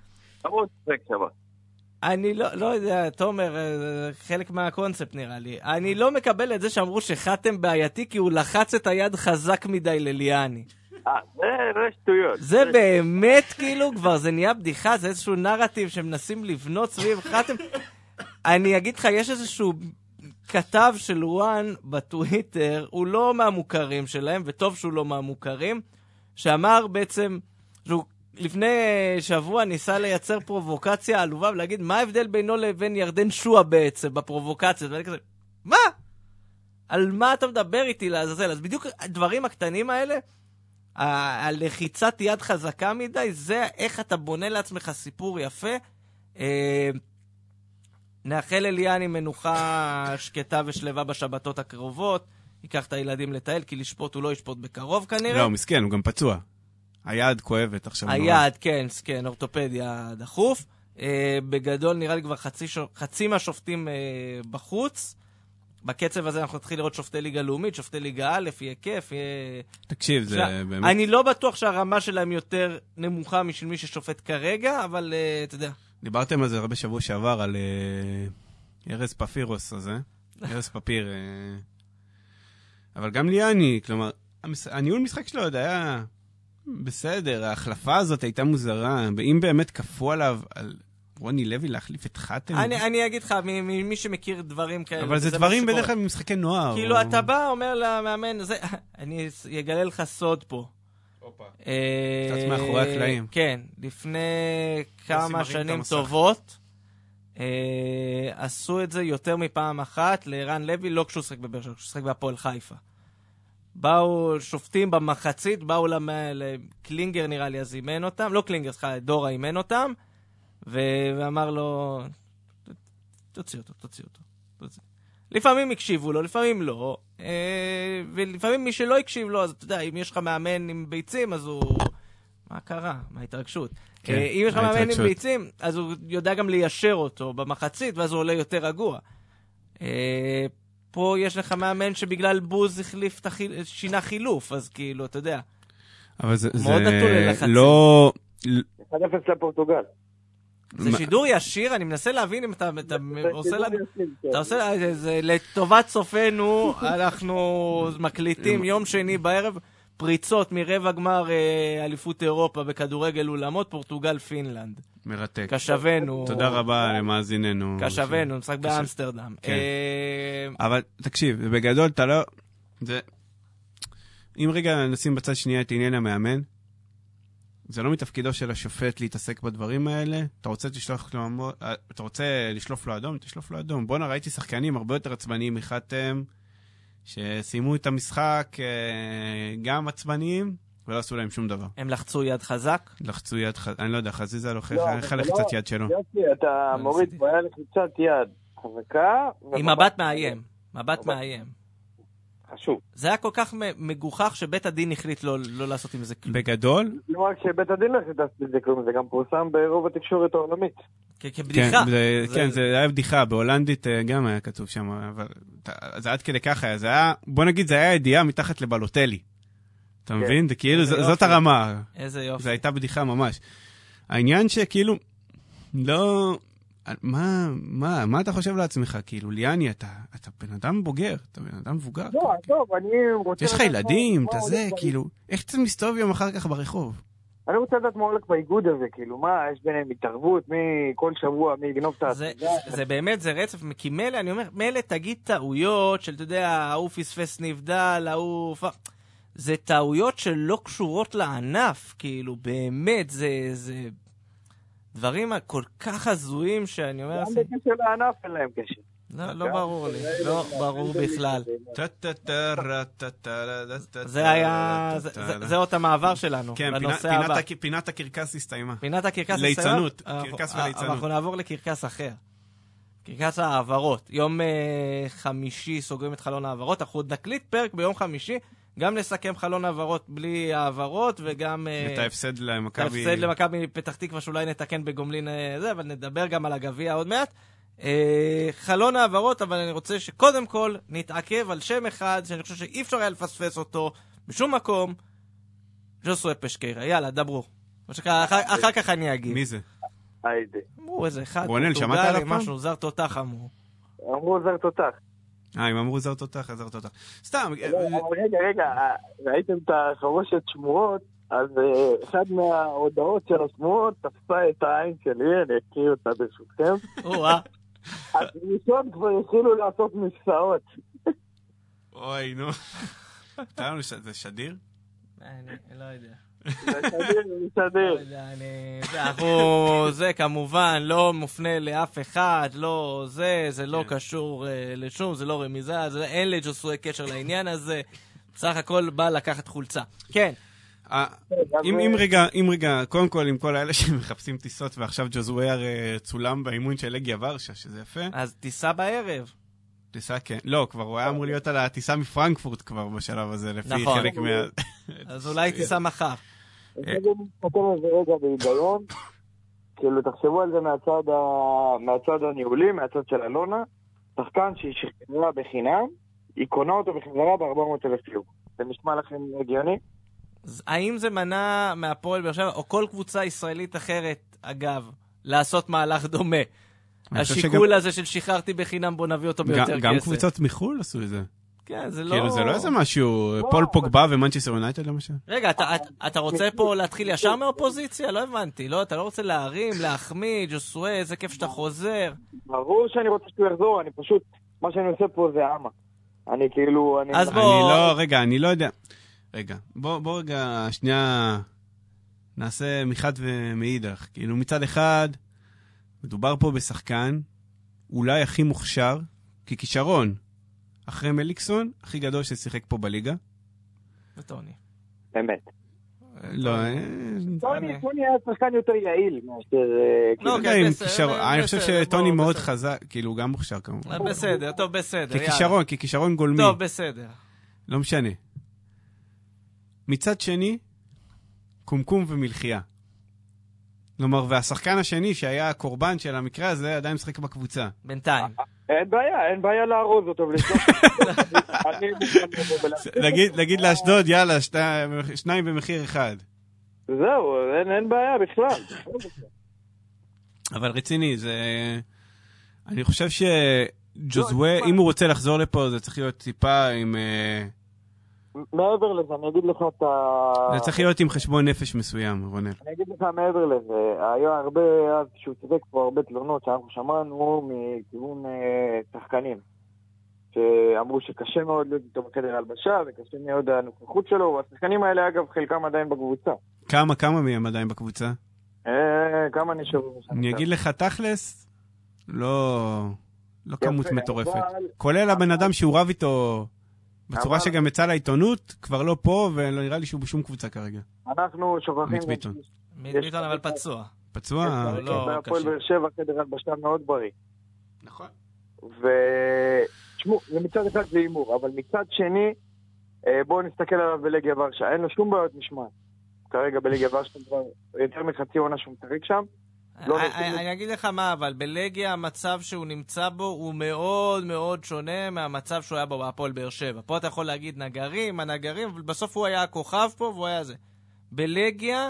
אני לא, לא יודע, תומר, חלק מהקונספט נראה לי. אני לא מקבל את זה שאמרו שחתם בעייתי, כי הוא לחץ את היד חזק מדי לליאני. אה, זה לא שטויות. זה באמת כאילו, כבר זה נהיה בדיחה, זה איזשהו נרטיב שמנסים לבנות סביב חתם. אני אגיד לך, יש איזשהו... כתב של וואן בטוויטר, הוא לא מהמוכרים שלהם, וטוב שהוא לא מהמוכרים, שאמר בעצם, שהוא לפני שבוע ניסה לייצר פרובוקציה עלובה, ולהגיד, מה ההבדל בינו לבין ירדן שואה בעצם, בפרובוקציה? ואני כזה, מה? על מה אתה מדבר איתי לעזאזל? אז בדיוק הדברים הקטנים האלה, הלחיצת יד חזקה מדי, זה איך אתה בונה לעצמך סיפור יפה, אה... נאחל אליאני מנוחה שקטה ושלווה בשבתות הקרובות. ייקח את הילדים לטייל, כי לשפוט הוא לא ישפוט בקרוב כנראה. לא, מסכן, הוא גם פצוע. היד כואבת עכשיו. היד, כן, כן, אורתופדיה דחוף. בגדול נראה לי כבר חצי מהשופטים בחוץ. בקצב הזה אנחנו נתחיל לראות שופטי ליגה לאומית, שופטי ליגה א', יהיה כיף, יהיה... תקשיב, זה באמת... אני לא בטוח שהרמה שלהם יותר נמוכה משל מי ששופט כרגע, אבל אתה יודע. דיברתם על זה הרבה שבוע שעבר, על ארז פפירוס הזה. ארז פפיר. אבל גם ליאני, כלומר, הניהול משחק שלו עוד היה בסדר, ההחלפה הזאת הייתה מוזרה, ואם באמת כפו עליו על... רוני לוי להחליף את חתם? אני, אני אגיד לך, מי שמכיר דברים כאלה... אבל זה דברים בדרך כלל ממשחקי נוער. כאילו, אתה בא, אומר למאמן, אני אגלה לך סוד פה. אופה. קצת מאחורי הקלעים. כן, לפני כמה שנים טובות, עשו את זה יותר מפעם אחת לערן לוי, לא כשהוא שחק בבאר שבע, כשהוא שחק בהפועל חיפה. באו שופטים במחצית, באו לקלינגר נראה לי, אז אימן אותם, לא קלינגר, סליחה, דורה אימן אותם, ואמר לו, תוציא אותו, תוציא אותו. לפעמים הקשיבו לו, לפעמים לא, ולפעמים מי שלא הקשיב לו, אז אתה יודע, אם יש לך מאמן עם ביצים, אז הוא... מה קרה? מה ההתרגשות? אם יש לך מאמן עם ביצים, אז הוא יודע גם ליישר אותו במחצית, ואז הוא עולה יותר רגוע. פה יש לך מאמן שבגלל בוז החליף, שינה חילוף, אז כאילו, אתה יודע. אבל זה מאוד לא... אחד אפס לפורטוגל. זה שידור ישיר, אני מנסה להבין אם אתה עושה לנו... אתה עושה... לטובת צופנו, אנחנו מקליטים יום שני בערב, פריצות מרבע גמר אליפות אירופה בכדורגל אולמות, פורטוגל פינלנד. מרתק. קשבנו. תודה רבה למאזיננו. קשבנו, משחק באמסטרדם. אבל תקשיב, בגדול אתה לא... אם רגע נשים בצד שנייה את עניין המאמן, זה לא מתפקידו של השופט להתעסק בדברים האלה. אתה רוצה לשלוף לו, אתה רוצה לשלוף לו אדום, תשלוף לו אדום. בוא נראה, ראיתי שחקנים הרבה יותר עצבניים מחתם, שסיימו את המשחק גם עצבניים, ולא עשו להם שום דבר. הם לחצו יד חזק? לחצו יד חזק, אני לא יודע, חזיזה לא חלק קצת יד שלו. יופי, אתה מוריד בעיה לחיצת יד חזקה. עם מבט מאיים, מבט מאיים. חשוב. זה היה כל כך מגוחך שבית הדין החליט לא, לא לעשות עם זה כלום. בגדול? לא רק שבית הדין לא החליט לעשות עם זה כלום, זה גם פורסם ברוב התקשורת העולמית. כבדיחה. כן, זה, זה... כן, זה היה בדיחה, בהולנדית גם היה כתוב שם, אבל זה עד כדי ככה היה, זה היה, בוא נגיד, זה היה ידיעה מתחת לבלוטלי. אתה כן. מבין? זה כאילו, זה, זאת הרמה. איזה יופי. זה הייתה בדיחה ממש. העניין שכאילו, לא... מה, מה, מה אתה חושב לעצמך? כאילו, ליאני, אתה, אתה בן אדם בוגר, אתה בן אדם מבוגר. לא, טוב, אני רוצה... יש לך ילדים, אתה זה, כאילו, איך אתה מסתובב יום אחר כך ברחוב? אני רוצה לדעת מה הולך באיגוד הזה, כאילו, מה, יש ביניהם התערבות, מי כל שבוע, מי יגנוב את העצמדה? זה באמת, זה רצף, כי מלא, אני אומר, מלא תגיד טעויות של, אתה יודע, ההוא פספס נבדל, ההוא... זה טעויות שלא קשורות לענף, כאילו, באמת, זה... זה... דברים כל כך הזויים שאני אומר... גם בקשר לענף אין להם קשר. לא, לא ברור לי. לא ברור בכלל. זה היה... זה עוד המעבר שלנו. כן, פינת הקרקס הסתיימה. פינת הקרקס הסתיימה. ליצנות, קרקס וליצנות. אנחנו נעבור לקרקס אחר. קרקס העברות. יום חמישי סוגרים את חלון העברות. אנחנו עוד נקליט פרק ביום חמישי. גם לסכם חלון העברות בלי העברות, וגם... את ההפסד למכבי... את ההפסד למכבי פתח תקווה, שאולי נתקן בגומלין זה, אבל נדבר גם על הגביע עוד מעט. חלון העברות, אבל אני רוצה שקודם כל נתעכב על שם אחד, שאני חושב שאי אפשר היה לפספס אותו בשום מקום, ז'וסוי פשקיירה. יאללה, דברו. אחר כך אני אגיב. מי זה? היידה. אמרו איזה אחד. רונל, שמעת עליו פעם? משהו, זר תותח אמרו. אמרו זר תותח. אה, אם אמרו זר תותח, זר תותח. סתם. רגע, רגע, ראיתם את החרושת שמועות, אז אחד מההודעות של השמועות תפסה את העין שלי, אני אקריא אותה ברשותכם. או-אה. אז ראשון כבר התחילו לעשות מכסאות. אוי, נו. זה שדיר? אני לא יודע. זה שדיר, זה שדיר. אנחנו, זה כמובן לא מופנה לאף אחד, לא זה, זה לא קשור לשום, זה לא רמיזה, אין לג'וסוי קשר לעניין הזה, בסך הכל בא לקחת חולצה. כן. אם רגע, אם רגע, קודם כל עם כל האלה שמחפשים טיסות, ועכשיו ג'וזווייר צולם באימון של לגיה ורשה, שזה יפה. אז טיסה בערב. טיסה כן. לא, כבר הוא היה אמור להיות על הטיסה מפרנקפורט כבר בשלב הזה, לפי חלק מה... אז אולי טיסה מחר. אני מסתכל על זה רגע בהיגיון, כאילו תחשבו על זה מהצד הניהולי, מהצד של אלונה, שחקן שהיא שחררה בחינם, היא קונה אותו בחזרה ב-ארבע מאות אלף יורו. זה נשמע לכם הגיוני? האם זה מנע מהפועל באר שבע, או כל קבוצה ישראלית אחרת, אגב, לעשות מהלך דומה? השיקול הזה של שחררתי בחינם, בוא נביא אותו ביותר כסף. גם קבוצות מחול עשו את זה. כן, זה לא... כאילו, זה לא איזה משהו, פול פוגבה ומנצ'סטר יונייטד למשל. רגע, אתה רוצה פה להתחיל ישר מהאופוזיציה? לא הבנתי, לא? אתה לא רוצה להרים, להחמיא, ג'וסווה, איזה כיף שאתה חוזר. ברור שאני רוצה שהוא יחזור, אני פשוט, מה שאני עושה פה זה אמה. אני כאילו, אני... אז בוא... אני לא, רגע, אני לא יודע. רגע, בוא, בוא רגע, שנייה, נעשה מחד ומאידך. כאילו, מצד אחד, מדובר פה בשחקן, אולי הכי מוכשר, ככישרון, אחרי מליקסון, הכי גדול ששיחק פה בליגה. וטוני. באמת. לא, טוני, טוני היה שחקן יותר יעיל מאשר... לא, כן, בסדר. אני חושב שטוני מאוד חזק, כאילו, הוא גם מוכשר כמובן. בסדר, טוב, בסדר. ככישרון, ככישרון גולמי. טוב, בסדר. לא משנה. מצד שני, קומקום ומלחייה. כלומר, והשחקן השני שהיה הקורבן של המקרה הזה, עדיין משחק בקבוצה. בינתיים. אין בעיה, אין בעיה להרוז אותו ולשלוח. נגיד לאשדוד, יאללה, שניים במחיר אחד. זהו, אין בעיה בכלל. אבל רציני, זה... אני חושב שג'וזווה, אם הוא רוצה לחזור לפה, זה צריך להיות טיפה עם... מעבר לזה, אני אגיד לך את ה... זה צריך להיות עם חשבון נפש מסוים, רונל. אני אגיד לך מעבר לזה, היה הרבה, אז שהוא צודק פה הרבה תלונות שאנחנו שמענו מכיוון שחקנים, שאמרו שקשה מאוד להיות איתו בחדר הלבשה, וקשה מאוד הנוכחות שלו, והשחקנים האלה אגב חלקם עדיין בקבוצה. כמה, כמה מהם עדיין בקבוצה? כמה נשארו? אני אגיד לך תכלס, לא, לא כמות מטורפת. כולל הבן אדם שהוא רב איתו... בצורה שגם יצא לעיתונות, כבר לא פה, ולא נראה לי שהוא בשום קבוצה כרגע. אנחנו שוכחים... מיץ ביטון. מיץ ביטון, אבל פצוע. פצוע? לא, קשה. בהפועל באר שבע, חדר הלבשה מאוד בריא. נכון. ותשמעו, מצד אחד זה אימור, אבל מצד שני, בואו נסתכל עליו בלגיה ורשה. אין לו שום בעיות משמעת. כרגע בלגיה ורשה כבר יותר מחצי עונה שהוא מתריק שם. אני אגיד לך מה, אבל בלגיה המצב שהוא נמצא בו הוא מאוד מאוד שונה מהמצב שהוא היה בו בהפועל באר שבע. פה אתה יכול להגיד נגרים, הנגרים, אבל בסוף הוא היה הכוכב פה והוא היה זה. בלגיה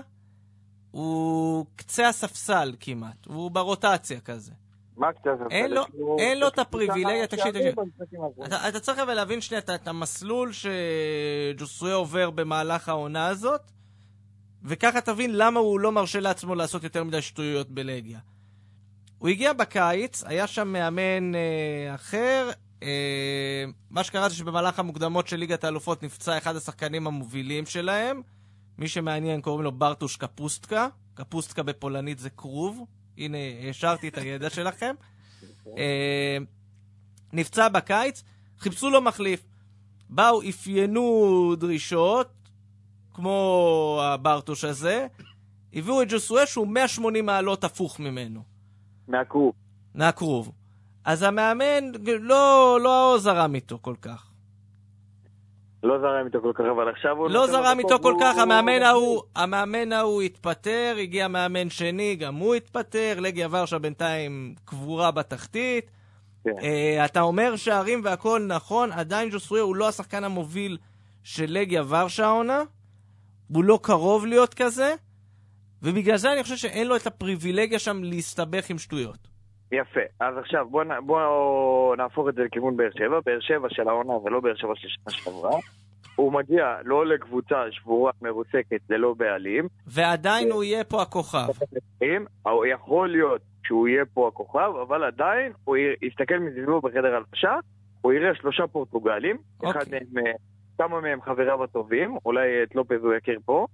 הוא קצה הספסל כמעט, הוא ברוטציה כזה. מה קצה הספסל? אין לו את הפריבילגיה, תקשיב, תקשיב. אתה צריך אבל להבין שנייה את המסלול שג'וסווה עובר במהלך העונה הזאת, וככה תבין למה הוא לא מרשה לעצמו לעשות יותר מדי שטויות בלגיה. הוא הגיע בקיץ, היה שם מאמן אה, אחר, אה, מה שקרה זה שבמהלך המוקדמות של ליגת האלופות נפצע אחד השחקנים המובילים שלהם, מי שמעניין קוראים לו ברטוש קפוסטקה, קפוסטקה בפולנית זה קרוב, הנה השארתי את הידע שלכם, אה, נפצע בקיץ, חיפשו לו מחליף, באו, אפיינו דרישות, כמו הברטוש הזה, הביאו את ג'וסווה שהוא מאה ושמונים מעלות הפוך ממנו. מהקרוב. מהקרוב. אז המאמן לא, לא זרם איתו כל כך. לא זרם איתו כל כך, אבל עכשיו הוא... לא זרם איתו כל כך, המאמן ההוא, המאמן ההוא התפטר, הגיע מאמן שני, גם הוא התפטר, לגיה ורשה בינתיים קבורה בתחתית. כן. Uh, אתה אומר שערים והכל נכון, עדיין ג'וסווה הוא לא השחקן המוביל של לגיה ורשה העונה, הוא לא קרוב להיות כזה, ובגלל זה אני חושב שאין לו את הפריבילגיה שם להסתבך עם שטויות. יפה, אז עכשיו בוא, בוא נהפוך את זה לכיוון באר שבע, באר שבע של העונה ולא באר שבע של שנה שעברה. הוא מגיע לא לקבוצה שבורה מרוסקת, זה לא בעלים. ועדיין הוא יהיה פה הכוכב. הוא יכול להיות שהוא יהיה פה הכוכב, אבל עדיין הוא יסתכל מסביבו בחדר הלבשה, הוא יראה שלושה פורטוגלים, אחד מהם... כמה מהם חבריו הטובים, אולי את לופז הוא יכיר פה,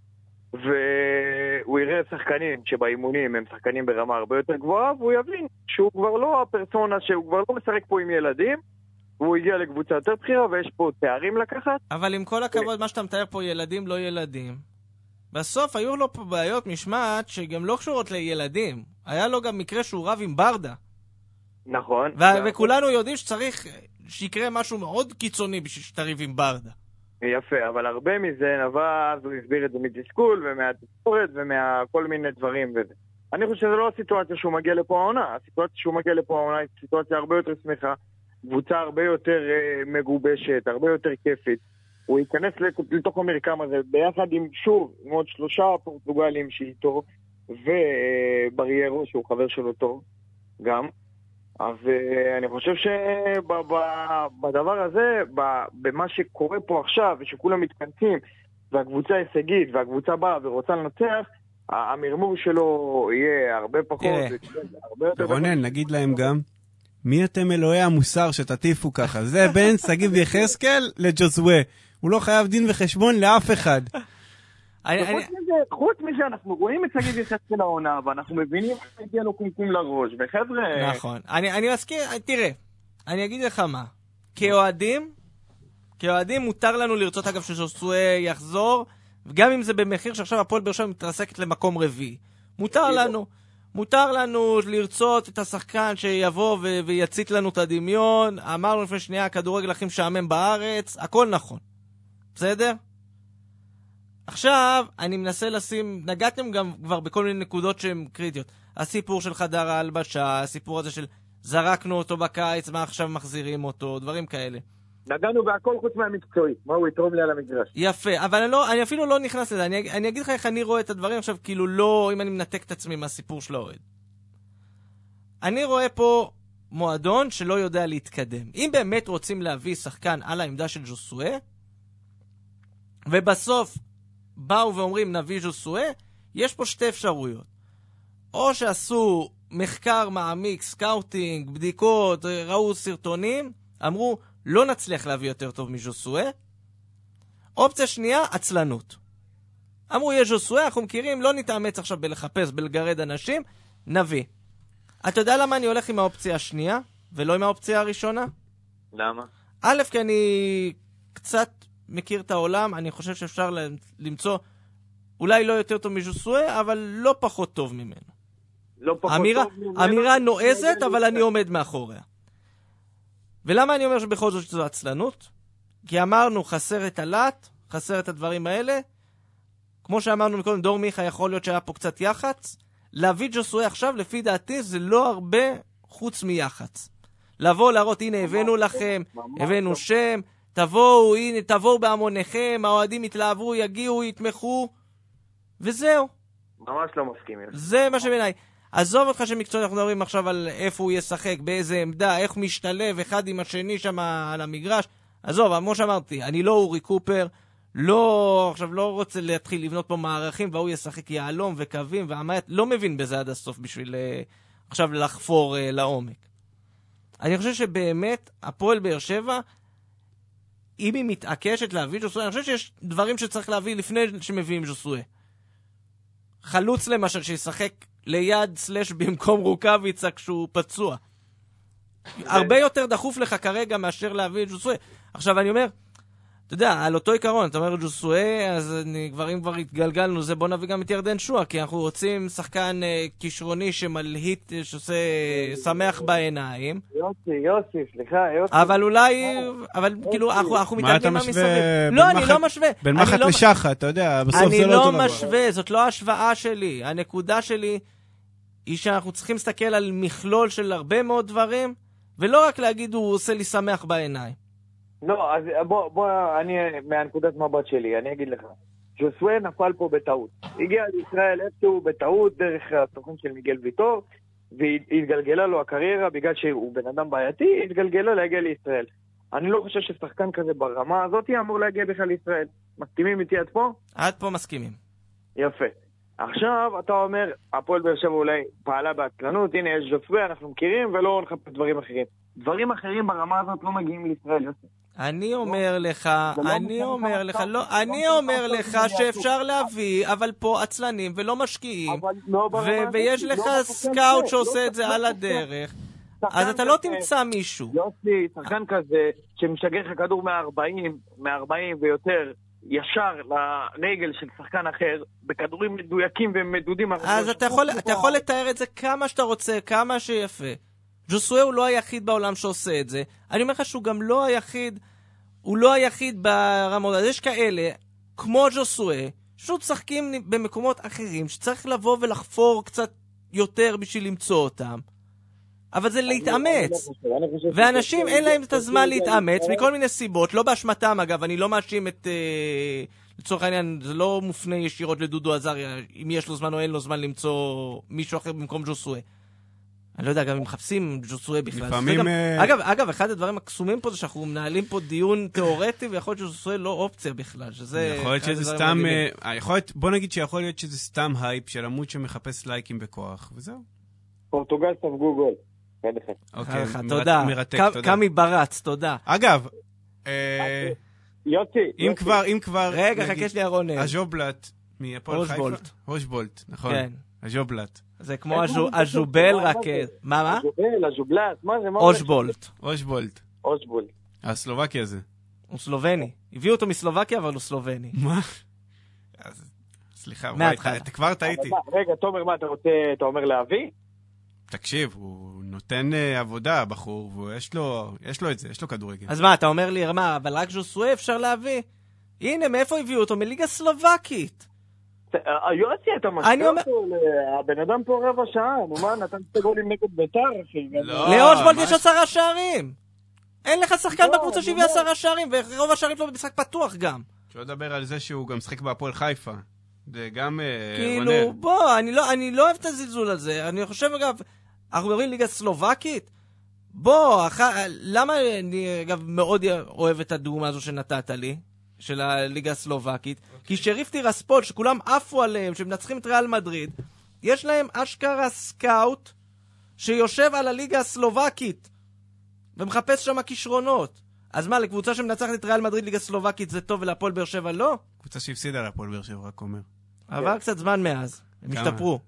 והוא יראה שחקנים שבאימונים הם שחקנים ברמה הרבה יותר גבוהה, והוא יבין שהוא כבר לא הפרסונה, שהוא כבר לא משחק פה עם ילדים, והוא הגיע לקבוצה יותר בחירה, ויש פה תארים לקחת. אבל עם כל הכבוד, מה שאתה מתאר פה ילדים לא ילדים, בסוף היו לו פה בעיות משמעת שגם לא קשורות לילדים. היה לו גם מקרה שהוא רב עם ברדה. נכון. ו- וכולנו יודעים שצריך... שיקרה משהו מאוד קיצוני בשביל שתריב עם ברדה. יפה, אבל הרבה מזה נבע, אז הוא הסביר את זה מתסכול ומהתסכולת ומכל מיני דברים וזה. אני חושב שזה לא הסיטואציה שהוא מגיע לפה העונה. הסיטואציה שהוא מגיע לפה העונה היא סיטואציה הרבה יותר שמחה, קבוצה הרבה יותר uh, מגובשת, הרבה יותר כיפית. הוא ייכנס לתוך המרקם הזה ביחד עם, שוב, עם עוד שלושה פורטוגלים שאיתו, ובריירו שהוא חבר שלו טוב גם. אז uh, אני חושב שבדבר הזה, במה שקורה פה עכשיו, ושכולם מתכנסים, והקבוצה הישגית, והקבוצה באה ורוצה לנצח, המרמור שלו יהיה הרבה פחות. רונן, נגיד להם גם, מי אתם אלוהי המוסר שתטיפו ככה? זה בין סגיב יחזקאל לג'וזווה. הוא לא חייב דין וחשבון לאף אחד. חוץ מזה, אנחנו רואים את סגיב יחזקאל העונה, ואנחנו מבינים שהגיע לו קומקום לראש, וחבר'ה... נכון. אני מזכיר, תראה, אני אגיד לך מה. כאוהדים, כאוהדים מותר לנו לרצות, אגב, שג'וזווה יחזור, וגם אם זה במחיר שעכשיו הפועל באר שבע מתרסקת למקום רביעי. מותר לנו, מותר לנו לרצות את השחקן שיבוא ו- ויצית לנו את הדמיון. אמרנו לפני שנייה, הכדורגל הכי משעמם בארץ, הכל נכון. בסדר? עכשיו, אני מנסה לשים, נגעתם גם כבר בכל מיני נקודות שהן קריטיות. הסיפור של חדר ההלבשה, הסיפור הזה של זרקנו אותו בקיץ, מה עכשיו מחזירים אותו, דברים כאלה. נגענו בהכל חוץ מהמקצועי, מה הוא יתרום לי על המגרש. יפה, אבל אני, לא, אני אפילו לא נכנס לזה, אני, אני אגיד לך איך אני רואה את הדברים עכשיו, כאילו לא, אם אני מנתק את עצמי מהסיפור של האוהד. אני רואה פה מועדון שלא יודע להתקדם. אם באמת רוצים להביא שחקן על העמדה של ג'וסואה, ובסוף באו ואומרים נביא ג'וסואה, יש פה שתי אפשרויות. או שעשו מחקר מעמיק, סקאוטינג, בדיקות, ראו סרטונים, אמרו, לא נצליח להביא יותר טוב מג'וסואה. אופציה שנייה, עצלנות. אמרו, יש ג'וסואה, אנחנו מכירים, לא נתאמץ עכשיו בלחפש, בלגרד אנשים, נביא. אתה יודע למה אני הולך עם האופציה השנייה, ולא עם האופציה הראשונה? למה? א', כי אני קצת מכיר את העולם, אני חושב שאפשר למצוא, אולי לא יותר טוב מג'וסואה, אבל לא פחות טוב ממנו. לא פחות אמירה, טוב ממנו. אמירה נועזת, אבל אני עומד מאחוריה. ולמה אני אומר שבכל זאת שזו עצלנות? כי אמרנו, חסר את הלט, חסר את הדברים האלה. כמו שאמרנו מקודם, דור מיכה יכול להיות שהיה פה קצת יחץ. להביא ג'וסואה עכשיו, לפי דעתי, זה לא הרבה חוץ מיחץ. לבוא, להראות, הנה, הבאנו לכם, הבאנו שם, תבואו, הנה, תבואו בהמוניכם, האוהדים יתלהבו, יגיעו, יתמכו, וזהו. ממש לא מסכים. זה מה שבעיניי. עזוב אותך שמקצועית, אנחנו מדברים עכשיו על איפה הוא ישחק, באיזה עמדה, איך הוא משתלב אחד עם השני שם על המגרש. עזוב, כמו שאמרתי, אני לא אורי קופר, לא, עכשיו לא רוצה להתחיל לבנות פה מערכים, והוא ישחק יעלום וקווים והמעט, לא מבין בזה עד הסוף בשביל עכשיו לחפור לעומק. אני חושב שבאמת, הפועל באר שבע, אם היא מתעקשת להביא ג'וסואה, אני חושב שיש דברים שצריך להביא לפני שמביאים ג'וסואה. חלוץ למשל שישחק ליד סלש במקום רוקביצה כשהוא פצוע. הרבה יותר דחוף לך כרגע מאשר להביא את ג'וסואה. עכשיו אני אומר, אתה יודע, על אותו עיקרון, אתה אומר ג'וסואה, אז אני, כבר אם כבר התגלגלנו, זה בוא נביא גם את ירדן שואה, כי אנחנו רוצים שחקן אה, כישרוני שמלהיט, שעושה שמח בעיניים. יוסי, יוסי, סליחה, יוסי. אבל אולי, אבל כאילו, אנחנו, אנחנו מתעלמים מהמסביב. לא, אני לא משווה. בין מחט לשחת, אתה יודע, בסוף זה לא אותו דבר. אני לא משווה, זאת לא השוואה שלי. הנקודה שלי היא שאנחנו צריכים להסתכל על מכלול של הרבה מאוד דברים, ולא רק להגיד, הוא עושה לי שמח בעיניים. לא, אז בוא, בוא, אני, מהנקודת מבט שלי, אני אגיד לך. ג'וסואה נפל פה בטעות. הגיע לישראל איפשהו בטעות, דרך התוכנית של מיגל ויטור, והתגלגלה לו הקריירה, בגלל שהוא בן אדם בעייתי, התגלגלה להגיע לישראל. אני לא חושב ששחקן כזה ברמה הזאת אמור להגיע בכלל לישראל. מסכימים איתי עד פה? עד פה מסכימים. יפה. עכשיו אתה אומר, הפועל באר שבע אולי פעלה בעצלנות, הנה יש ג'וסואה, אנחנו מכירים, ולא נחפש דברים אחרים. דברים אחרים ברמה הזאת לא מגיעים לישראל, יוסי. אני אומר לך, אני אומר לך, לא, אני אומר לך שאפשר להביא, אבל פה עצלנים ולא משקיעים, ויש לך סקאוט שעושה את זה על הדרך, אז אתה לא תמצא מישהו. יוסי, שחקן כזה שמשגר לך כדור מאה וארבעים ויותר, ישר לרגל של שחקן אחר, בכדורים מדויקים ומדודים. אז אתה יכול לתאר את זה כמה שאתה רוצה, כמה שיפה. ג'וסואה הוא לא היחיד בעולם שעושה את זה. אני אומר לך שהוא גם לא היחיד, הוא לא היחיד ברמות. אז יש כאלה, כמו ג'וסואה, פשוט שחקים במקומות אחרים, שצריך לבוא ולחפור קצת יותר בשביל למצוא אותם. אבל זה להתאמץ. ואנשים אין להם את הזמן להתאמץ, מכל מיני סיבות, לא באשמתם אגב, אני לא מאשים את... לצורך העניין, זה לא מופנה ישירות לדודו עזריה, אם יש לו זמן או אין לו זמן למצוא מישהו אחר במקום ג'וסואה. אני לא יודע, גם אם מחפשים ג'וסואה בכלל. לפעמים... אגב, אגב, אחד הדברים הקסומים פה זה שאנחנו מנהלים פה דיון תיאורטי, ויכול להיות שג'וסואה לא אופציה בכלל, שזה... יכול להיות שזה סתם... בוא נגיד שיכול להיות שזה סתם הייפ של עמוד שמחפש לייקים בכוח, וזהו. פורטוגל ספגו גול. אוקיי, תודה. קמי ברץ, תודה. אגב, יוצי. אם כבר, אם כבר... רגע, חכה שלי ארון. הז'ובלט מהפועל חיפה. אושבולט. אושבולט, נכון. כן. הז'ובלט. זה כמו הז'ובל רק... מה, מה? הז'ובל, הז'ובלט, מה זה? אושבולט. אושבולט. אושבולט. הסלובקי הזה. הוא סלובני. הביאו אותו מסלובקיה, אבל הוא סלובני. מה? סליחה, וואי, כבר טעיתי. רגע, תומר, מה אתה רוצה, אתה אומר להביא? תקשיב, הוא נותן עבודה, בחור, ויש לו, יש לו את זה, יש לו כדורגל. אז מה, אתה אומר לי, מה, אבל רק ג'וסואה אפשר להביא? הנה, מאיפה הביאו אותו? מליגה סלובקית. יוסי, אתה משאיר אותו, הבן אדם פה רבע שעה, נו מה, נתן שתי גולים נגד ביתר, אחי. לאושבולט יש עשרה שערים. אין לך שחקן בקבוצה שהביא עשרה שערים, ורוב השערים לא במשחק פתוח גם. אפשר לדבר על זה שהוא גם שחק בהפועל חיפה. זה גם... כאילו, בוא, אני לא אוהב את הזלזול הזה. אני חושב, אגב, אנחנו מדברים ליגה סלובקית? בוא, למה אני, אגב, מאוד אוהב את הדוגמה הזו שנתת לי, של הליגה הסלובקית? כי שריף טירספול, שכולם עפו עליהם, שמנצחים את ריאל מדריד, יש להם אשכרה סקאוט שיושב על הליגה הסלובקית ומחפש שם כישרונות. אז מה, לקבוצה שמנצחת את ריאל מדריד ליגה סלובקית זה טוב ולהפועל באר שבע לא? קבוצה שהפסידה להפועל באר שבע, רק אומר. עבר קצת זמן מאז, הם השתפרו.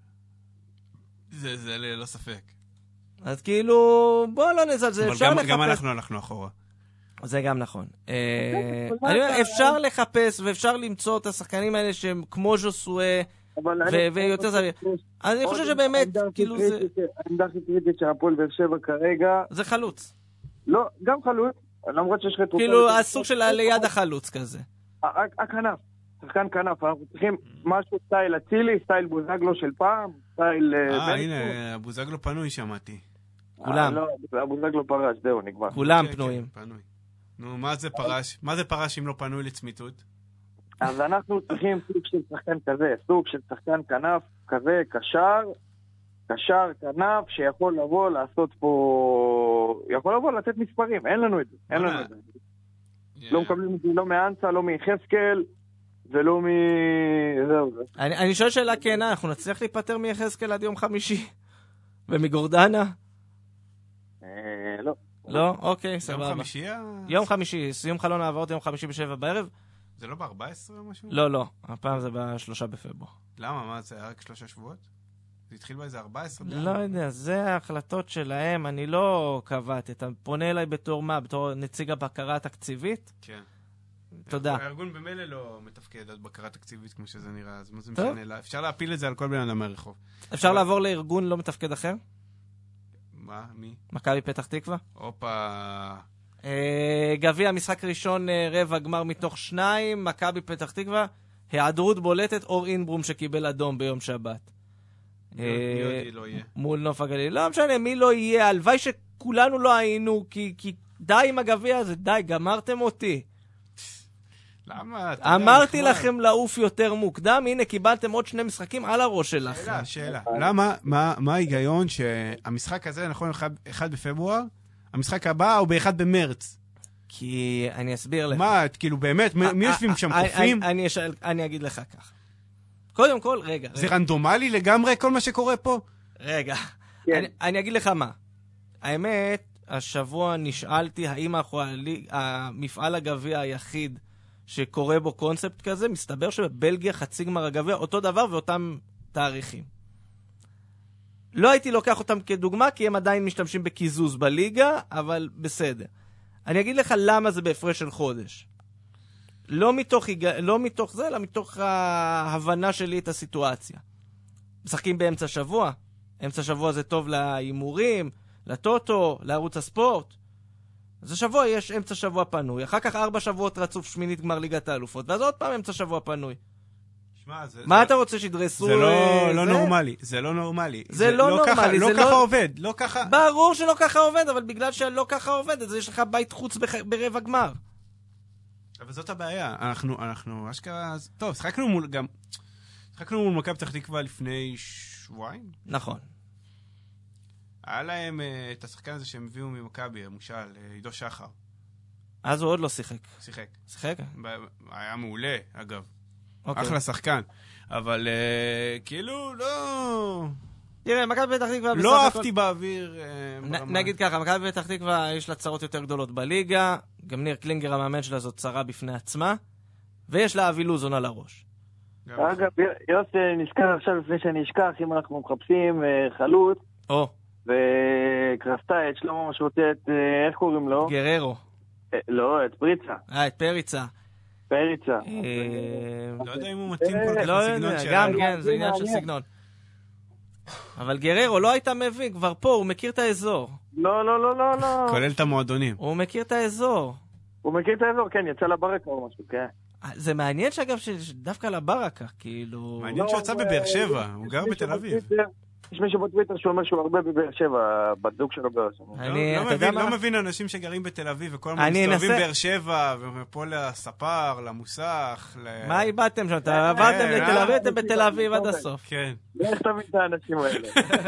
זה, זה לא ספק. אז כאילו, בוא לא נזלזל, אפשר לחפש... אבל גם אנחנו הלכנו אחורה. זה גם נכון. אני אומר, אפשר לחפש ואפשר למצוא את השחקנים האלה שהם כמו ז'וסואה ויותר סביר. אני חושב שבאמת, כאילו זה... העמדה הכי קריטית של הפועל באר שבע כרגע... זה חלוץ. לא, גם חלוץ, למרות שיש לך... כאילו, הסוג של ליד החלוץ כזה. הכנף. שחקן כנף, אנחנו צריכים משהו סטייל אצילי, סטייל בוזגלו של פעם, סטייל... אה, הנה, בוזגלו פנוי, שמעתי. כולם. לא, בוזגלו פרש, זהו, נגמר. כולם פנויים. נו, מה זה פרש? מה זה פרש אם לא פנוי לצמיתות? אז אנחנו צריכים סוג של שחקן כזה, סוג של שחקן כנף כזה, קשר, קשר, כנף, שיכול לבוא לעשות פה... יכול לבוא לתת מספרים, אין לנו את זה, אין לנו את זה. לא מקבלים את זה, לא מאנסה, לא מיחזקאל, ולא מ... זהו, זה. אני, אני שואל שאלה כנה, אנחנו נצליח להיפטר מיחזקאל עד יום חמישי? ומגורדנה? אה, לא. לא? אוקיי, סבבה. יום חמישי? יום חמישי, סיום חלון העברות יום חמישי בשבע בערב. זה לא ב-ארבע עשרה או משהו? לא, לא. הפעם זה בשלושה בפברואר. למה? מה, זה היה רק שלושה שבועות? זה התחיל באיזה ארבע עשרה? לא יודע, זה ההחלטות שלהם, אני לא קבעתי. אתה פונה אליי בתור מה? בתור נציג הבקרה התקציבית? כן. תודה. הארגון במילא לא מתפקד על בקרה תקציבית כמו שזה נראה, אז מה זה משנה? אפשר להפיל את זה על כל בן אדם מהרחוב. אפשר לעבור לארגון לא מתפקד אחר? מה? מי? מכבי פתח תקווה? אופה. גביע, משחק ראשון רבע גמר מתוך שניים, מכבי פתח תקווה, היעדרות בולטת, אור אינברום שקיבל אדום ביום שבת. מי עוד לא יהיה? מול נוף הגליל. לא משנה, מי לא יהיה, הלוואי שכולנו לא היינו, כי די עם הגביע הזה, די, גמרתם אותי. למה? אמרתי לכם לעוף יותר מוקדם, הנה קיבלתם עוד שני משחקים על הראש שלכם. שאלה, שאלה. למה, מה ההיגיון שהמשחק הזה, נכון, אחד בפברואר, המשחק הבא הוא ב-אחד במרץ? כי אני אסביר לך. מה, כאילו באמת, מי יושבים שם קופים? אני אגיד לך כך. קודם כל, רגע. זה רנדומלי לגמרי כל מה שקורה פה? רגע. אני אגיד לך מה. האמת, השבוע נשאלתי האם המפעל הגביע היחיד שקורה בו קונספט כזה, מסתבר שבבלגיה חצי גמר הגביע אותו דבר ואותם תאריכים. לא הייתי לוקח אותם כדוגמה, כי הם עדיין משתמשים בקיזוז בליגה, אבל בסדר. אני אגיד לך למה זה בהפרש של חודש. לא מתוך, לא מתוך זה, אלא מתוך ההבנה שלי את הסיטואציה. משחקים באמצע שבוע. אמצע שבוע זה טוב לאימורים, לטוטו, לערוץ הספורט. אז השבוע יש אמצע שבוע פנוי, אחר כך ארבע שבועות רצוף שמינית גמר ליגת האלופות, ואז עוד פעם אמצע שבוע פנוי. שמה, זה, מה זה... אתה רוצה שידרסו? זה לא, אה, לא זה? נורמלי, זה לא נורמלי. זה, זה לא, לא נורמלי. ככה, זה לא לא ככה עובד, לא ככה... ברור שלא ככה עובד, אבל בגלל שלא ככה עובד, אז יש לך בית חוץ בח... ברבע גמר. אבל זאת הבעיה, אנחנו, אנחנו, אשכרה... טוב, שחקנו מול גם... שחקנו מול מכבי פתח תקווה לפני שבועיים? נכון. היה להם uh, את השחקן הזה שהם הביאו ממכבי, המושל, uh, עידו שחר. אז הוא עוד לא שיחק. שיחק. שיחק? ב- היה מעולה, אגב. אוקיי. אחלה שחקן. אבל uh, כאילו, לא... תראה, מכבי פתח תקווה... לא אהבתי באוויר uh, ברמה. נ, נגיד ככה, מכבי פתח תקווה יש לה צרות יותר גדולות בליגה, גם ניר קלינגר המאמן שלה זאת צרה בפני עצמה, ויש לה אבי לוזון על הראש. אגב, יוסי, נזכר עכשיו לפני שאני אשכח, אם אנחנו מחפשים חלוץ, או. וקרסטה את שלמה משוטט, איך קוראים לו? גררו. לא, את פריצה. אה, את פריצה. פריצה. לא יודע אם הוא מתאים כל כך לסגנון שלנו. גם כן, זה עניין של סגנון. אבל גררו לא היית מביא, כבר פה, הוא מכיר את האזור. לא, לא, לא, לא, לא. כולל את המועדונים. הוא מכיר את האזור. הוא מכיר את האזור, כן, יצא לברקה או משהו, כן. זה מעניין שאגב, דווקא לברקה, כאילו... מעניין שהוא יצא בבאר שבע, הוא גר בתל אביב. יש מישהו בטוויטר שאומר שהוא הרבה בבאר שבע, בדוק שלו באר שבע. לא מבין אנשים שגרים בתל אביב וכל מה מסתובבים באר שבע, ופה לספר, למוסך. מה איבדתם שם? אתה עברתם לתל אביב, אתם בתל אביב עד הסוף. כן. איך תמיד את האנשים האלה?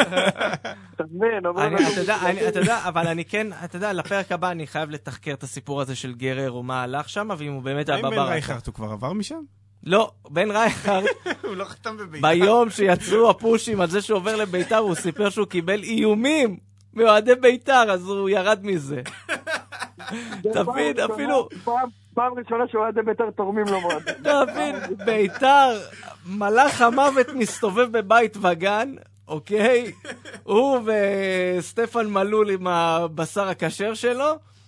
תבין, אתה יודע, אבל אני כן, אתה יודע, לפרק הבא אני חייב לתחקר את הסיפור הזה של גרר, ומה הלך שם, ואם הוא באמת היה בברקה. בן רייכרט הוא כבר עבר משם? לא, בן רייכרט, הוא לא חתם בביתר. ביום שיצאו הפושים על זה שהוא עובר לביתר, הוא סיפר שהוא קיבל איומים מאוהדי ביתר, אז הוא ירד מזה. תבין, אפילו... פעם ראשונה שאוהדי ביתר תורמים לו מאוד. תבין, ביתר, מלאך המוות מסתובב בבית וגן, אוקיי? הוא וסטפן מלול עם הבשר הכשר שלו,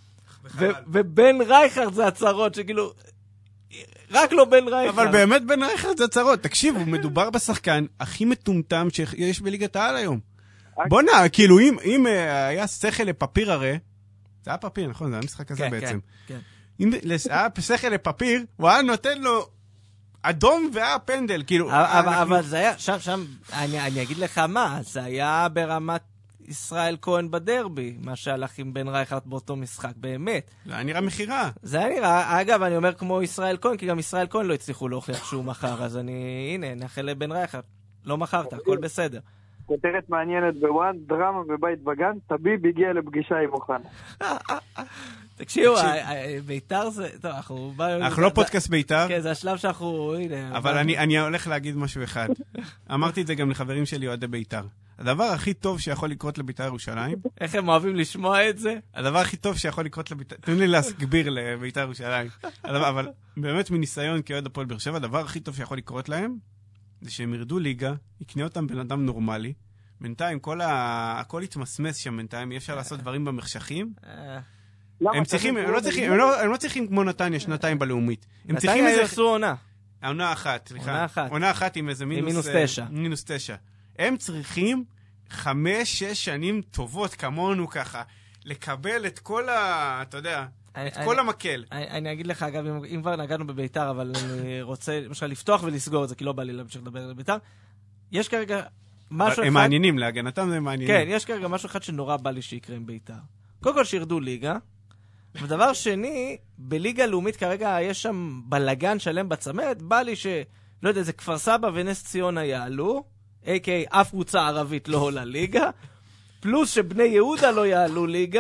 ובן רייכרט זה הצהרות שכאילו... רק לא בן רייכרט. אבל באמת בן רייכרט זה צרות. תקשיב, הוא מדובר בשחקן הכי מטומטם שיש בליגת העל היום. בוא נע, כאילו, אם היה שכל לפפיר הרי, זה היה פפיר, נכון? זה היה משחק כזה בעצם. אם היה שכל לפפיר, הוא היה נותן לו אדום והיה פנדל, כאילו. אבל זה היה, שם, שם, אני אגיד לך מה, זה היה ברמת ישראל כהן בדרבי, מה שהלך עם בן רייכרט באותו משחק, באמת. זה היה נראה מחירה. זה היה נראה, אגב, אני אומר כמו ישראל כהן, כי גם ישראל כהן לא הצליחו להוכיח שהוא מחר, אז אני, הנה, נאחל לבן רייכרט. לא מחרת, הכל בסדר. כותרת מעניינת בוואן, דרמה בבית בגן, טביב הגיע לפגישה עם אוחנה. תקשיבו, ביתר זה, טוב, אנחנו... אנחנו לא פודקאסט ביתר. כן, זה השלב שאנחנו, הנה. אבל אני הולך להגיד משהו אחד. אמרתי את זה גם לחברים שלי אוהדי ביתר. הדבר הכי טוב שיכול לקרות לביתר ירושלים... איך הם אוהבים לשמוע את זה? הדבר הכי טוב שיכול לקרות לביתר... תנו לי להסגביר לביתר ירושלים. אבל באמת מניסיון כאוהד הפועל באר שבע, הדבר הכי טוב שיכול לקרות להם, זה שהם ירדו ליגה, יקנה אותם בן אדם נורמלי, בינתיים כל ה... הכל יתמסמס שם בינתיים, אי אפשר לעשות דברים במחשכים. הם צריכים, הם לא צריכים, הם לא צריכים כמו נתניה שנתיים בלאומית. נתניה יעשו עונה. עונה אחת, סליחה. עונה אחת. עונה אחת עם איזה מינוס תשע. מינוס תשע. הם צריכים חמש, שש שנים טובות כמונו ככה, לקבל את כל ה... אתה יודע, את כל המקל. אני אגיד לך, אגב, אם כבר נגענו בביתר, אבל אני רוצה, למשל, לפתוח ולסגור את זה, כי לא בא לי להמשיך לדבר על ביתר. יש כרגע משהו אחד... הם מעניינים, להגנתם הם מעניינים. כן, יש כרגע משהו אחד שנורא בא לי שיקרה עם ביתר. קודם כל שירדו ליגה, ודבר שני, בליגה לאומית כרגע יש שם בלגן שלם בצמרת, בא לי ש... לא יודע, זה כפר סבא ונס ציונה יעלו, איי קיי אף קבוצה ערבית לא עולה ליגה, פלוס שבני יהודה לא יעלו ליגה,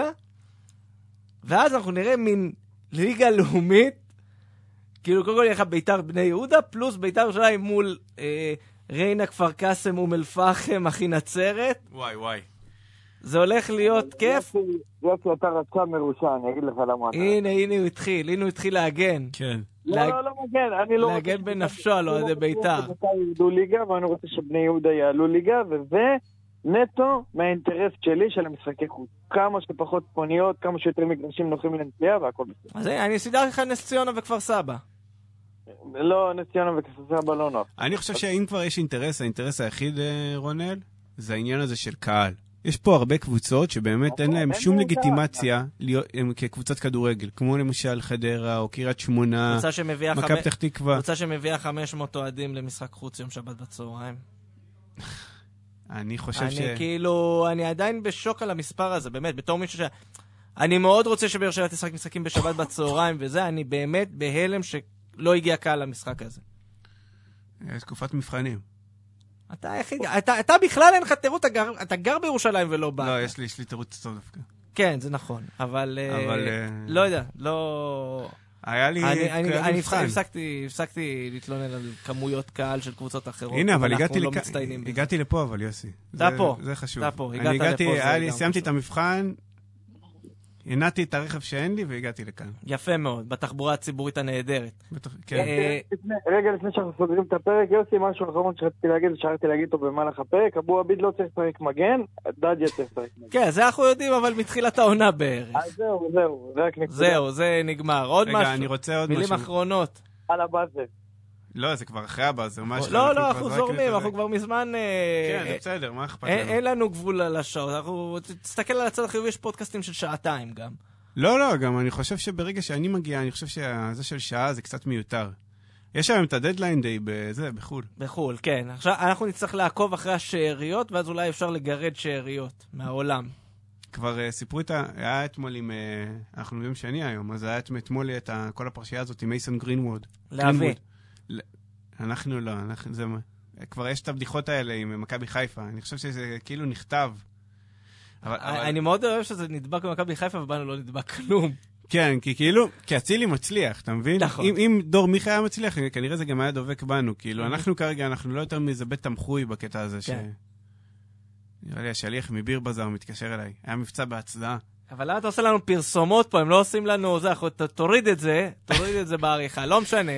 ואז אנחנו נראה מין ליגה לאומית, כאילו קודם כל יהיה לך ביתר בני יהודה, פלוס ביתר ירושלים מול אה, ריינה כפר קאסם ומל פחם אחי נצרת. וואי וואי. זה הולך להיות כיף. יופי, אתה רצה מרושע, אני אגיד לך למה. הנה, הנה הוא התחיל, הנה הוא התחיל להגן. כן. לא, לא, לא מגן, אני לא... להגן בנפשו על אוהדי ביתר. ביתר ירדו ליגה, ואני רוצה שבני יהודה יעלו ליגה, וזה נטו מהאינטרס שלי של המשחקי חוץ. כמה שפחות פוניות, כמה שיותר מגרשים נוחים לנסיעה, והכל בסדר. אז אני סידר לך נס ציונה וכפר סבא. לא, נס ציונה וכפר סבא לא נוח. אני חושב שאם כבר יש אינטרס, האינטרס היחיד, רונל, זה העניין הזה של קהל. יש פה הרבה קבוצות שבאמת אין להם שום לגיטימציה כקבוצת כדורגל, כמו למשל חדרה או קריית שמונה, מכבי פתח תקווה. קבוצה שמביאה חמש מאות אוהדים למשחק חוץ יום שבת בצהריים. אני חושב ש... אני כאילו, אני עדיין בשוק על המספר הזה, באמת, בתור מישהו ש... אני מאוד רוצה שבאר שבע תשחק משחקים בשבת בצהריים, וזה, אני באמת בהלם שלא הגיע קהל למשחק הזה. יש תקופת מבחנים. אתה היחיד, אתה, אתה בכלל אין לך תירוץ, אתה גר, אתה גר בירושלים ולא בא. לא, יש לי, יש לי תירוץ טוב דווקא. כן, זה נכון, אבל, אבל לא יודע, לא... היה לי... אני, אני, אני הפסקתי, הפסקתי להתלונן על כמויות קהל של קבוצות אחרות. הנה, אבל הגעתי, לא לכ... הגעתי לפה, אבל יוסי. אתה פה. זה חשוב. אתה פה, הגעת הגעתי, לפה. היה לי, סיימתי את המבחן, הנעתי את הרכב שאין לי והגעתי לכאן. יפה מאוד, בתחבורה הציבורית הנהדרת. כן. רגע לפני שאנחנו סוגרים את הפרק, יוסי, משהו אחרון שרציתי להגיד, שרציתי להגיד אותו במהלך הפרק, אבו עביד לא צריך פרק מגן, דדיה צריך פרק מגן. כן, זה אנחנו יודעים, אבל מתחילת העונה בערך. זהו, זהו, זה רק נקודה. זהו, זה נגמר. עוד משהו. רגע, אני רוצה עוד משהו. מילים אחרונות. על הבאזר. לא, זה כבר אחרי הבאזר. לא, לא, אנחנו זורמים, אנחנו כבר מזמן... כן, זה בסדר, מה אכפת לנו? אין לנו גבול על השעות. אנחנו... תסתכל על הצד החיובי, יש פודקאסטים של שעתיים גם. לא, לא, גם אני חושב שברגע שאני מגיע, אני חושב שזה של שעה זה קצת מיותר. יש היום את הדדליין די בזה, בחול. בחול, כן. עכשיו אנחנו נצטרך לעקוב אחרי השאריות, ואז אולי אפשר לגרד שאריות מהעולם. כבר uh, סיפרו את ה... היה אתמול עם... Uh, אנחנו ביום שני היום, אז היה אתמול את ה... כל הפרשייה הזאת עם מייסון גרינווד. להביא. ל... אנחנו לא, אנחנו... זה... כבר יש את הבדיחות האלה עם מכבי חיפה. אני חושב שזה כאילו נכתב. אבל, אני אבל... מאוד אוהב שזה נדבק במכבי חיפה ובאנו לא נדבק כלום. כן, כי כאילו, כי אצילי מצליח, אתה מבין? נכון. אם, אם דור מיכה היה מצליח, כנראה זה גם היה דובק בנו. כאילו, אנחנו כרגע, אנחנו לא יותר מאיזה בית תמחוי בקטע הזה. ש... נראה לי, השליח מביר בזר מתקשר אליי. היה מבצע בהצדעה. אבל למה אתה עושה לנו פרסומות פה? הם לא עושים לנו, זה, תוריד את זה, תוריד את זה בעריכה. לא משנה.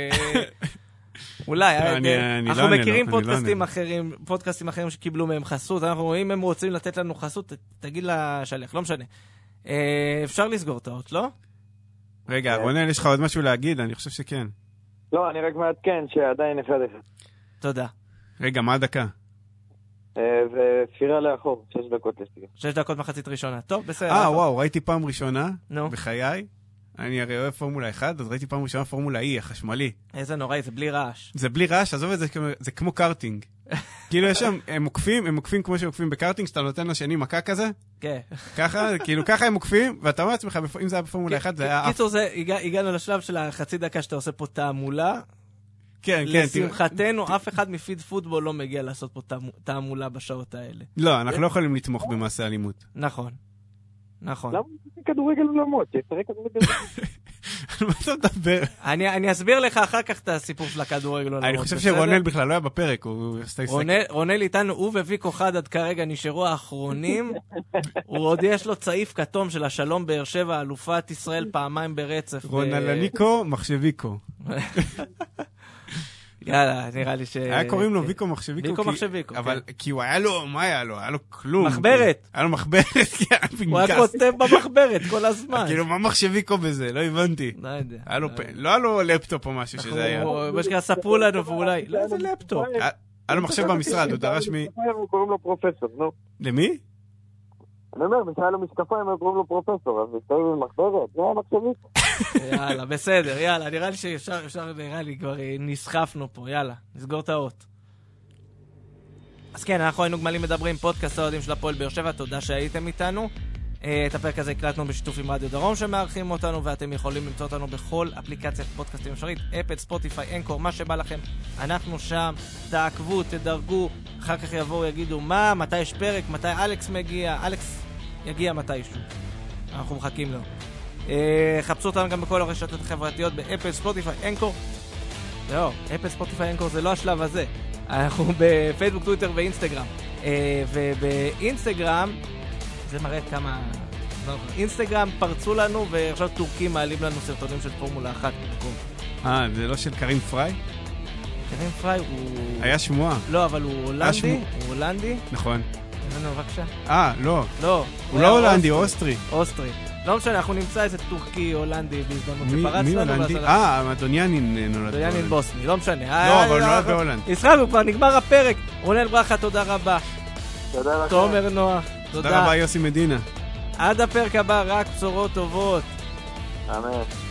אולי, אנחנו מכירים פודקאסטים אחרים, פודקאסטים אחרים שקיבלו מהם חסות, אנחנו, אם הם רוצים לתת לנו חסות, תגיד לשליח, לא משנה. אפשר לסגור את האות, לא? רגע, רונל, יש לך עוד משהו להגיד? אני חושב שכן. לא, אני רק מעדכן שעדיין אחד אחד. תודה. רגע, מה הדקה? וספירה לאחור, שש דקות לסגר. שש דקות מחצית ראשונה. טוב, בסדר. אה, וואו, ראיתי פעם ראשונה בחיי. אני הרי אוהב פורמולה אחת, אז ראיתי פעם ראשונה פורמולה E, החשמלי. איזה נוראי, זה בלי רעש. זה בלי רעש, עזוב את זה, זה כמו קארטינג. כאילו יש שם, הם מוקפים, הם מוקפים כמו שמוקפים בקארטינג, שאתה נותן לשני מכה כזה. כן. ככה, כאילו ככה הם מוקפים, ואתה אומר לעצמך, אם זה היה בפורמולה אחת, זה היה... קיצור, הגענו לשלב של החצי דקה שאתה עושה פה תעמולה. כן, כן. לשמחתנו, אף אחד מפיד פוטבול לא מגיע לעשות פה תעמולה בשעות האלה. לא, אנחנו לא יכולים לתמוך במעשה אלימות. נכון. נכון. למה זה כדורגל עולמות? שישחק כדורגל עולמות. על מה אתה מדבר? אני אסביר לך אחר כך את הסיפור של הכדורגל עולמות. אני חושב שרונל בכלל לא היה בפרק. רונל איתנו, הוא וויקו חד עד כרגע נשארו האחרונים. הוא עוד יש לו צעיף כתום של השלום באר שבע, אלופת ישראל פעמיים ברצף. רונלניקו, מחשביקו. יאללה, נראה לי ש... היה קוראים לו ויקו מחשביקו. ויקו מחשביקו, כן. אבל כי הוא היה לו, מה היה לו? היה לו כלום. מחברת. היה לו מחברת, כן. הוא היה כותב במחברת כל הזמן. כאילו, מה מחשביקו בזה? לא הבנתי. לא יודע. לא היה לו לפטופ או משהו שזה היה. מה שכן, ספרו לנו ואולי... לא, זה לפטופ. היה לו מחשב במשרד, הוא דרש מ... הוא קוראים לו פרופסור, נו. למי? אני אומר, מי שהיה לו משקפיים, הוא קוראים לו פרופסור, אז מסתובב במחברת, זה היה מחשבית. יאללה, בסדר, יאללה, נראה לי שאפשר, אפשר, נראה לי, כבר נסחפנו פה, יאללה, נסגור את האות. אז כן, אנחנו היינו גמלים מדברים, פודקאסט האוהדים של הפועל באר שבע, תודה שהייתם איתנו. את הפרק הזה הקלטנו בשיתוף עם רדיו דרום שמארחים אותנו, ואתם יכולים למצוא אותנו בכל אפליקציית פודקאסטים אפשרית, אפל, ספוטיפיי, אנקור, מה שבא לכם. אנחנו שם, תעקבו, תדרגו, אחר כך יבואו, יגידו מה, מתי יש פרק, מתי אלכס מגיע, אלכס יגיע מתישהו. אנחנו מחכים לו. חפשו אותנו גם בכל הרשתות החברתיות, באפל, ספוטיפיי, אנקור. לא, אפל, ספוטיפיי, אנקור זה לא השלב הזה. אנחנו בפייסבוק, טוויטר ואינסטגרם. ובאינסטגרם, זה מראה כמה... אינסטגרם פרצו לנו, ועכשיו טורקים מעלים לנו סרטונים של פורמולה אחת במקום. אה, זה לא של קרים פריי? קרים פריי הוא... היה שמועה. לא, אבל הוא הולנדי. הוא הולנדי. נכון. הבנו, בבקשה. אה, לא. לא. הוא לא הולנדי, הוא אוסטרי. אוסטרי. לא משנה, אנחנו נמצא איזה טורקי הולנדי בהזדמנות שפרץ לנו. מי הולנדי? אה, אדוניאנין נולד. אדוניאנין בוסני, לא משנה. לא, אבל נולד בהולנד. ישחקנו, כבר נגמר הפרק. רונל ברכה, תודה רבה. תודה לכם. תומר נוח. תודה רבה יוסי מדינה. עד הפרק הבא, רק בשורות טובות. אמן.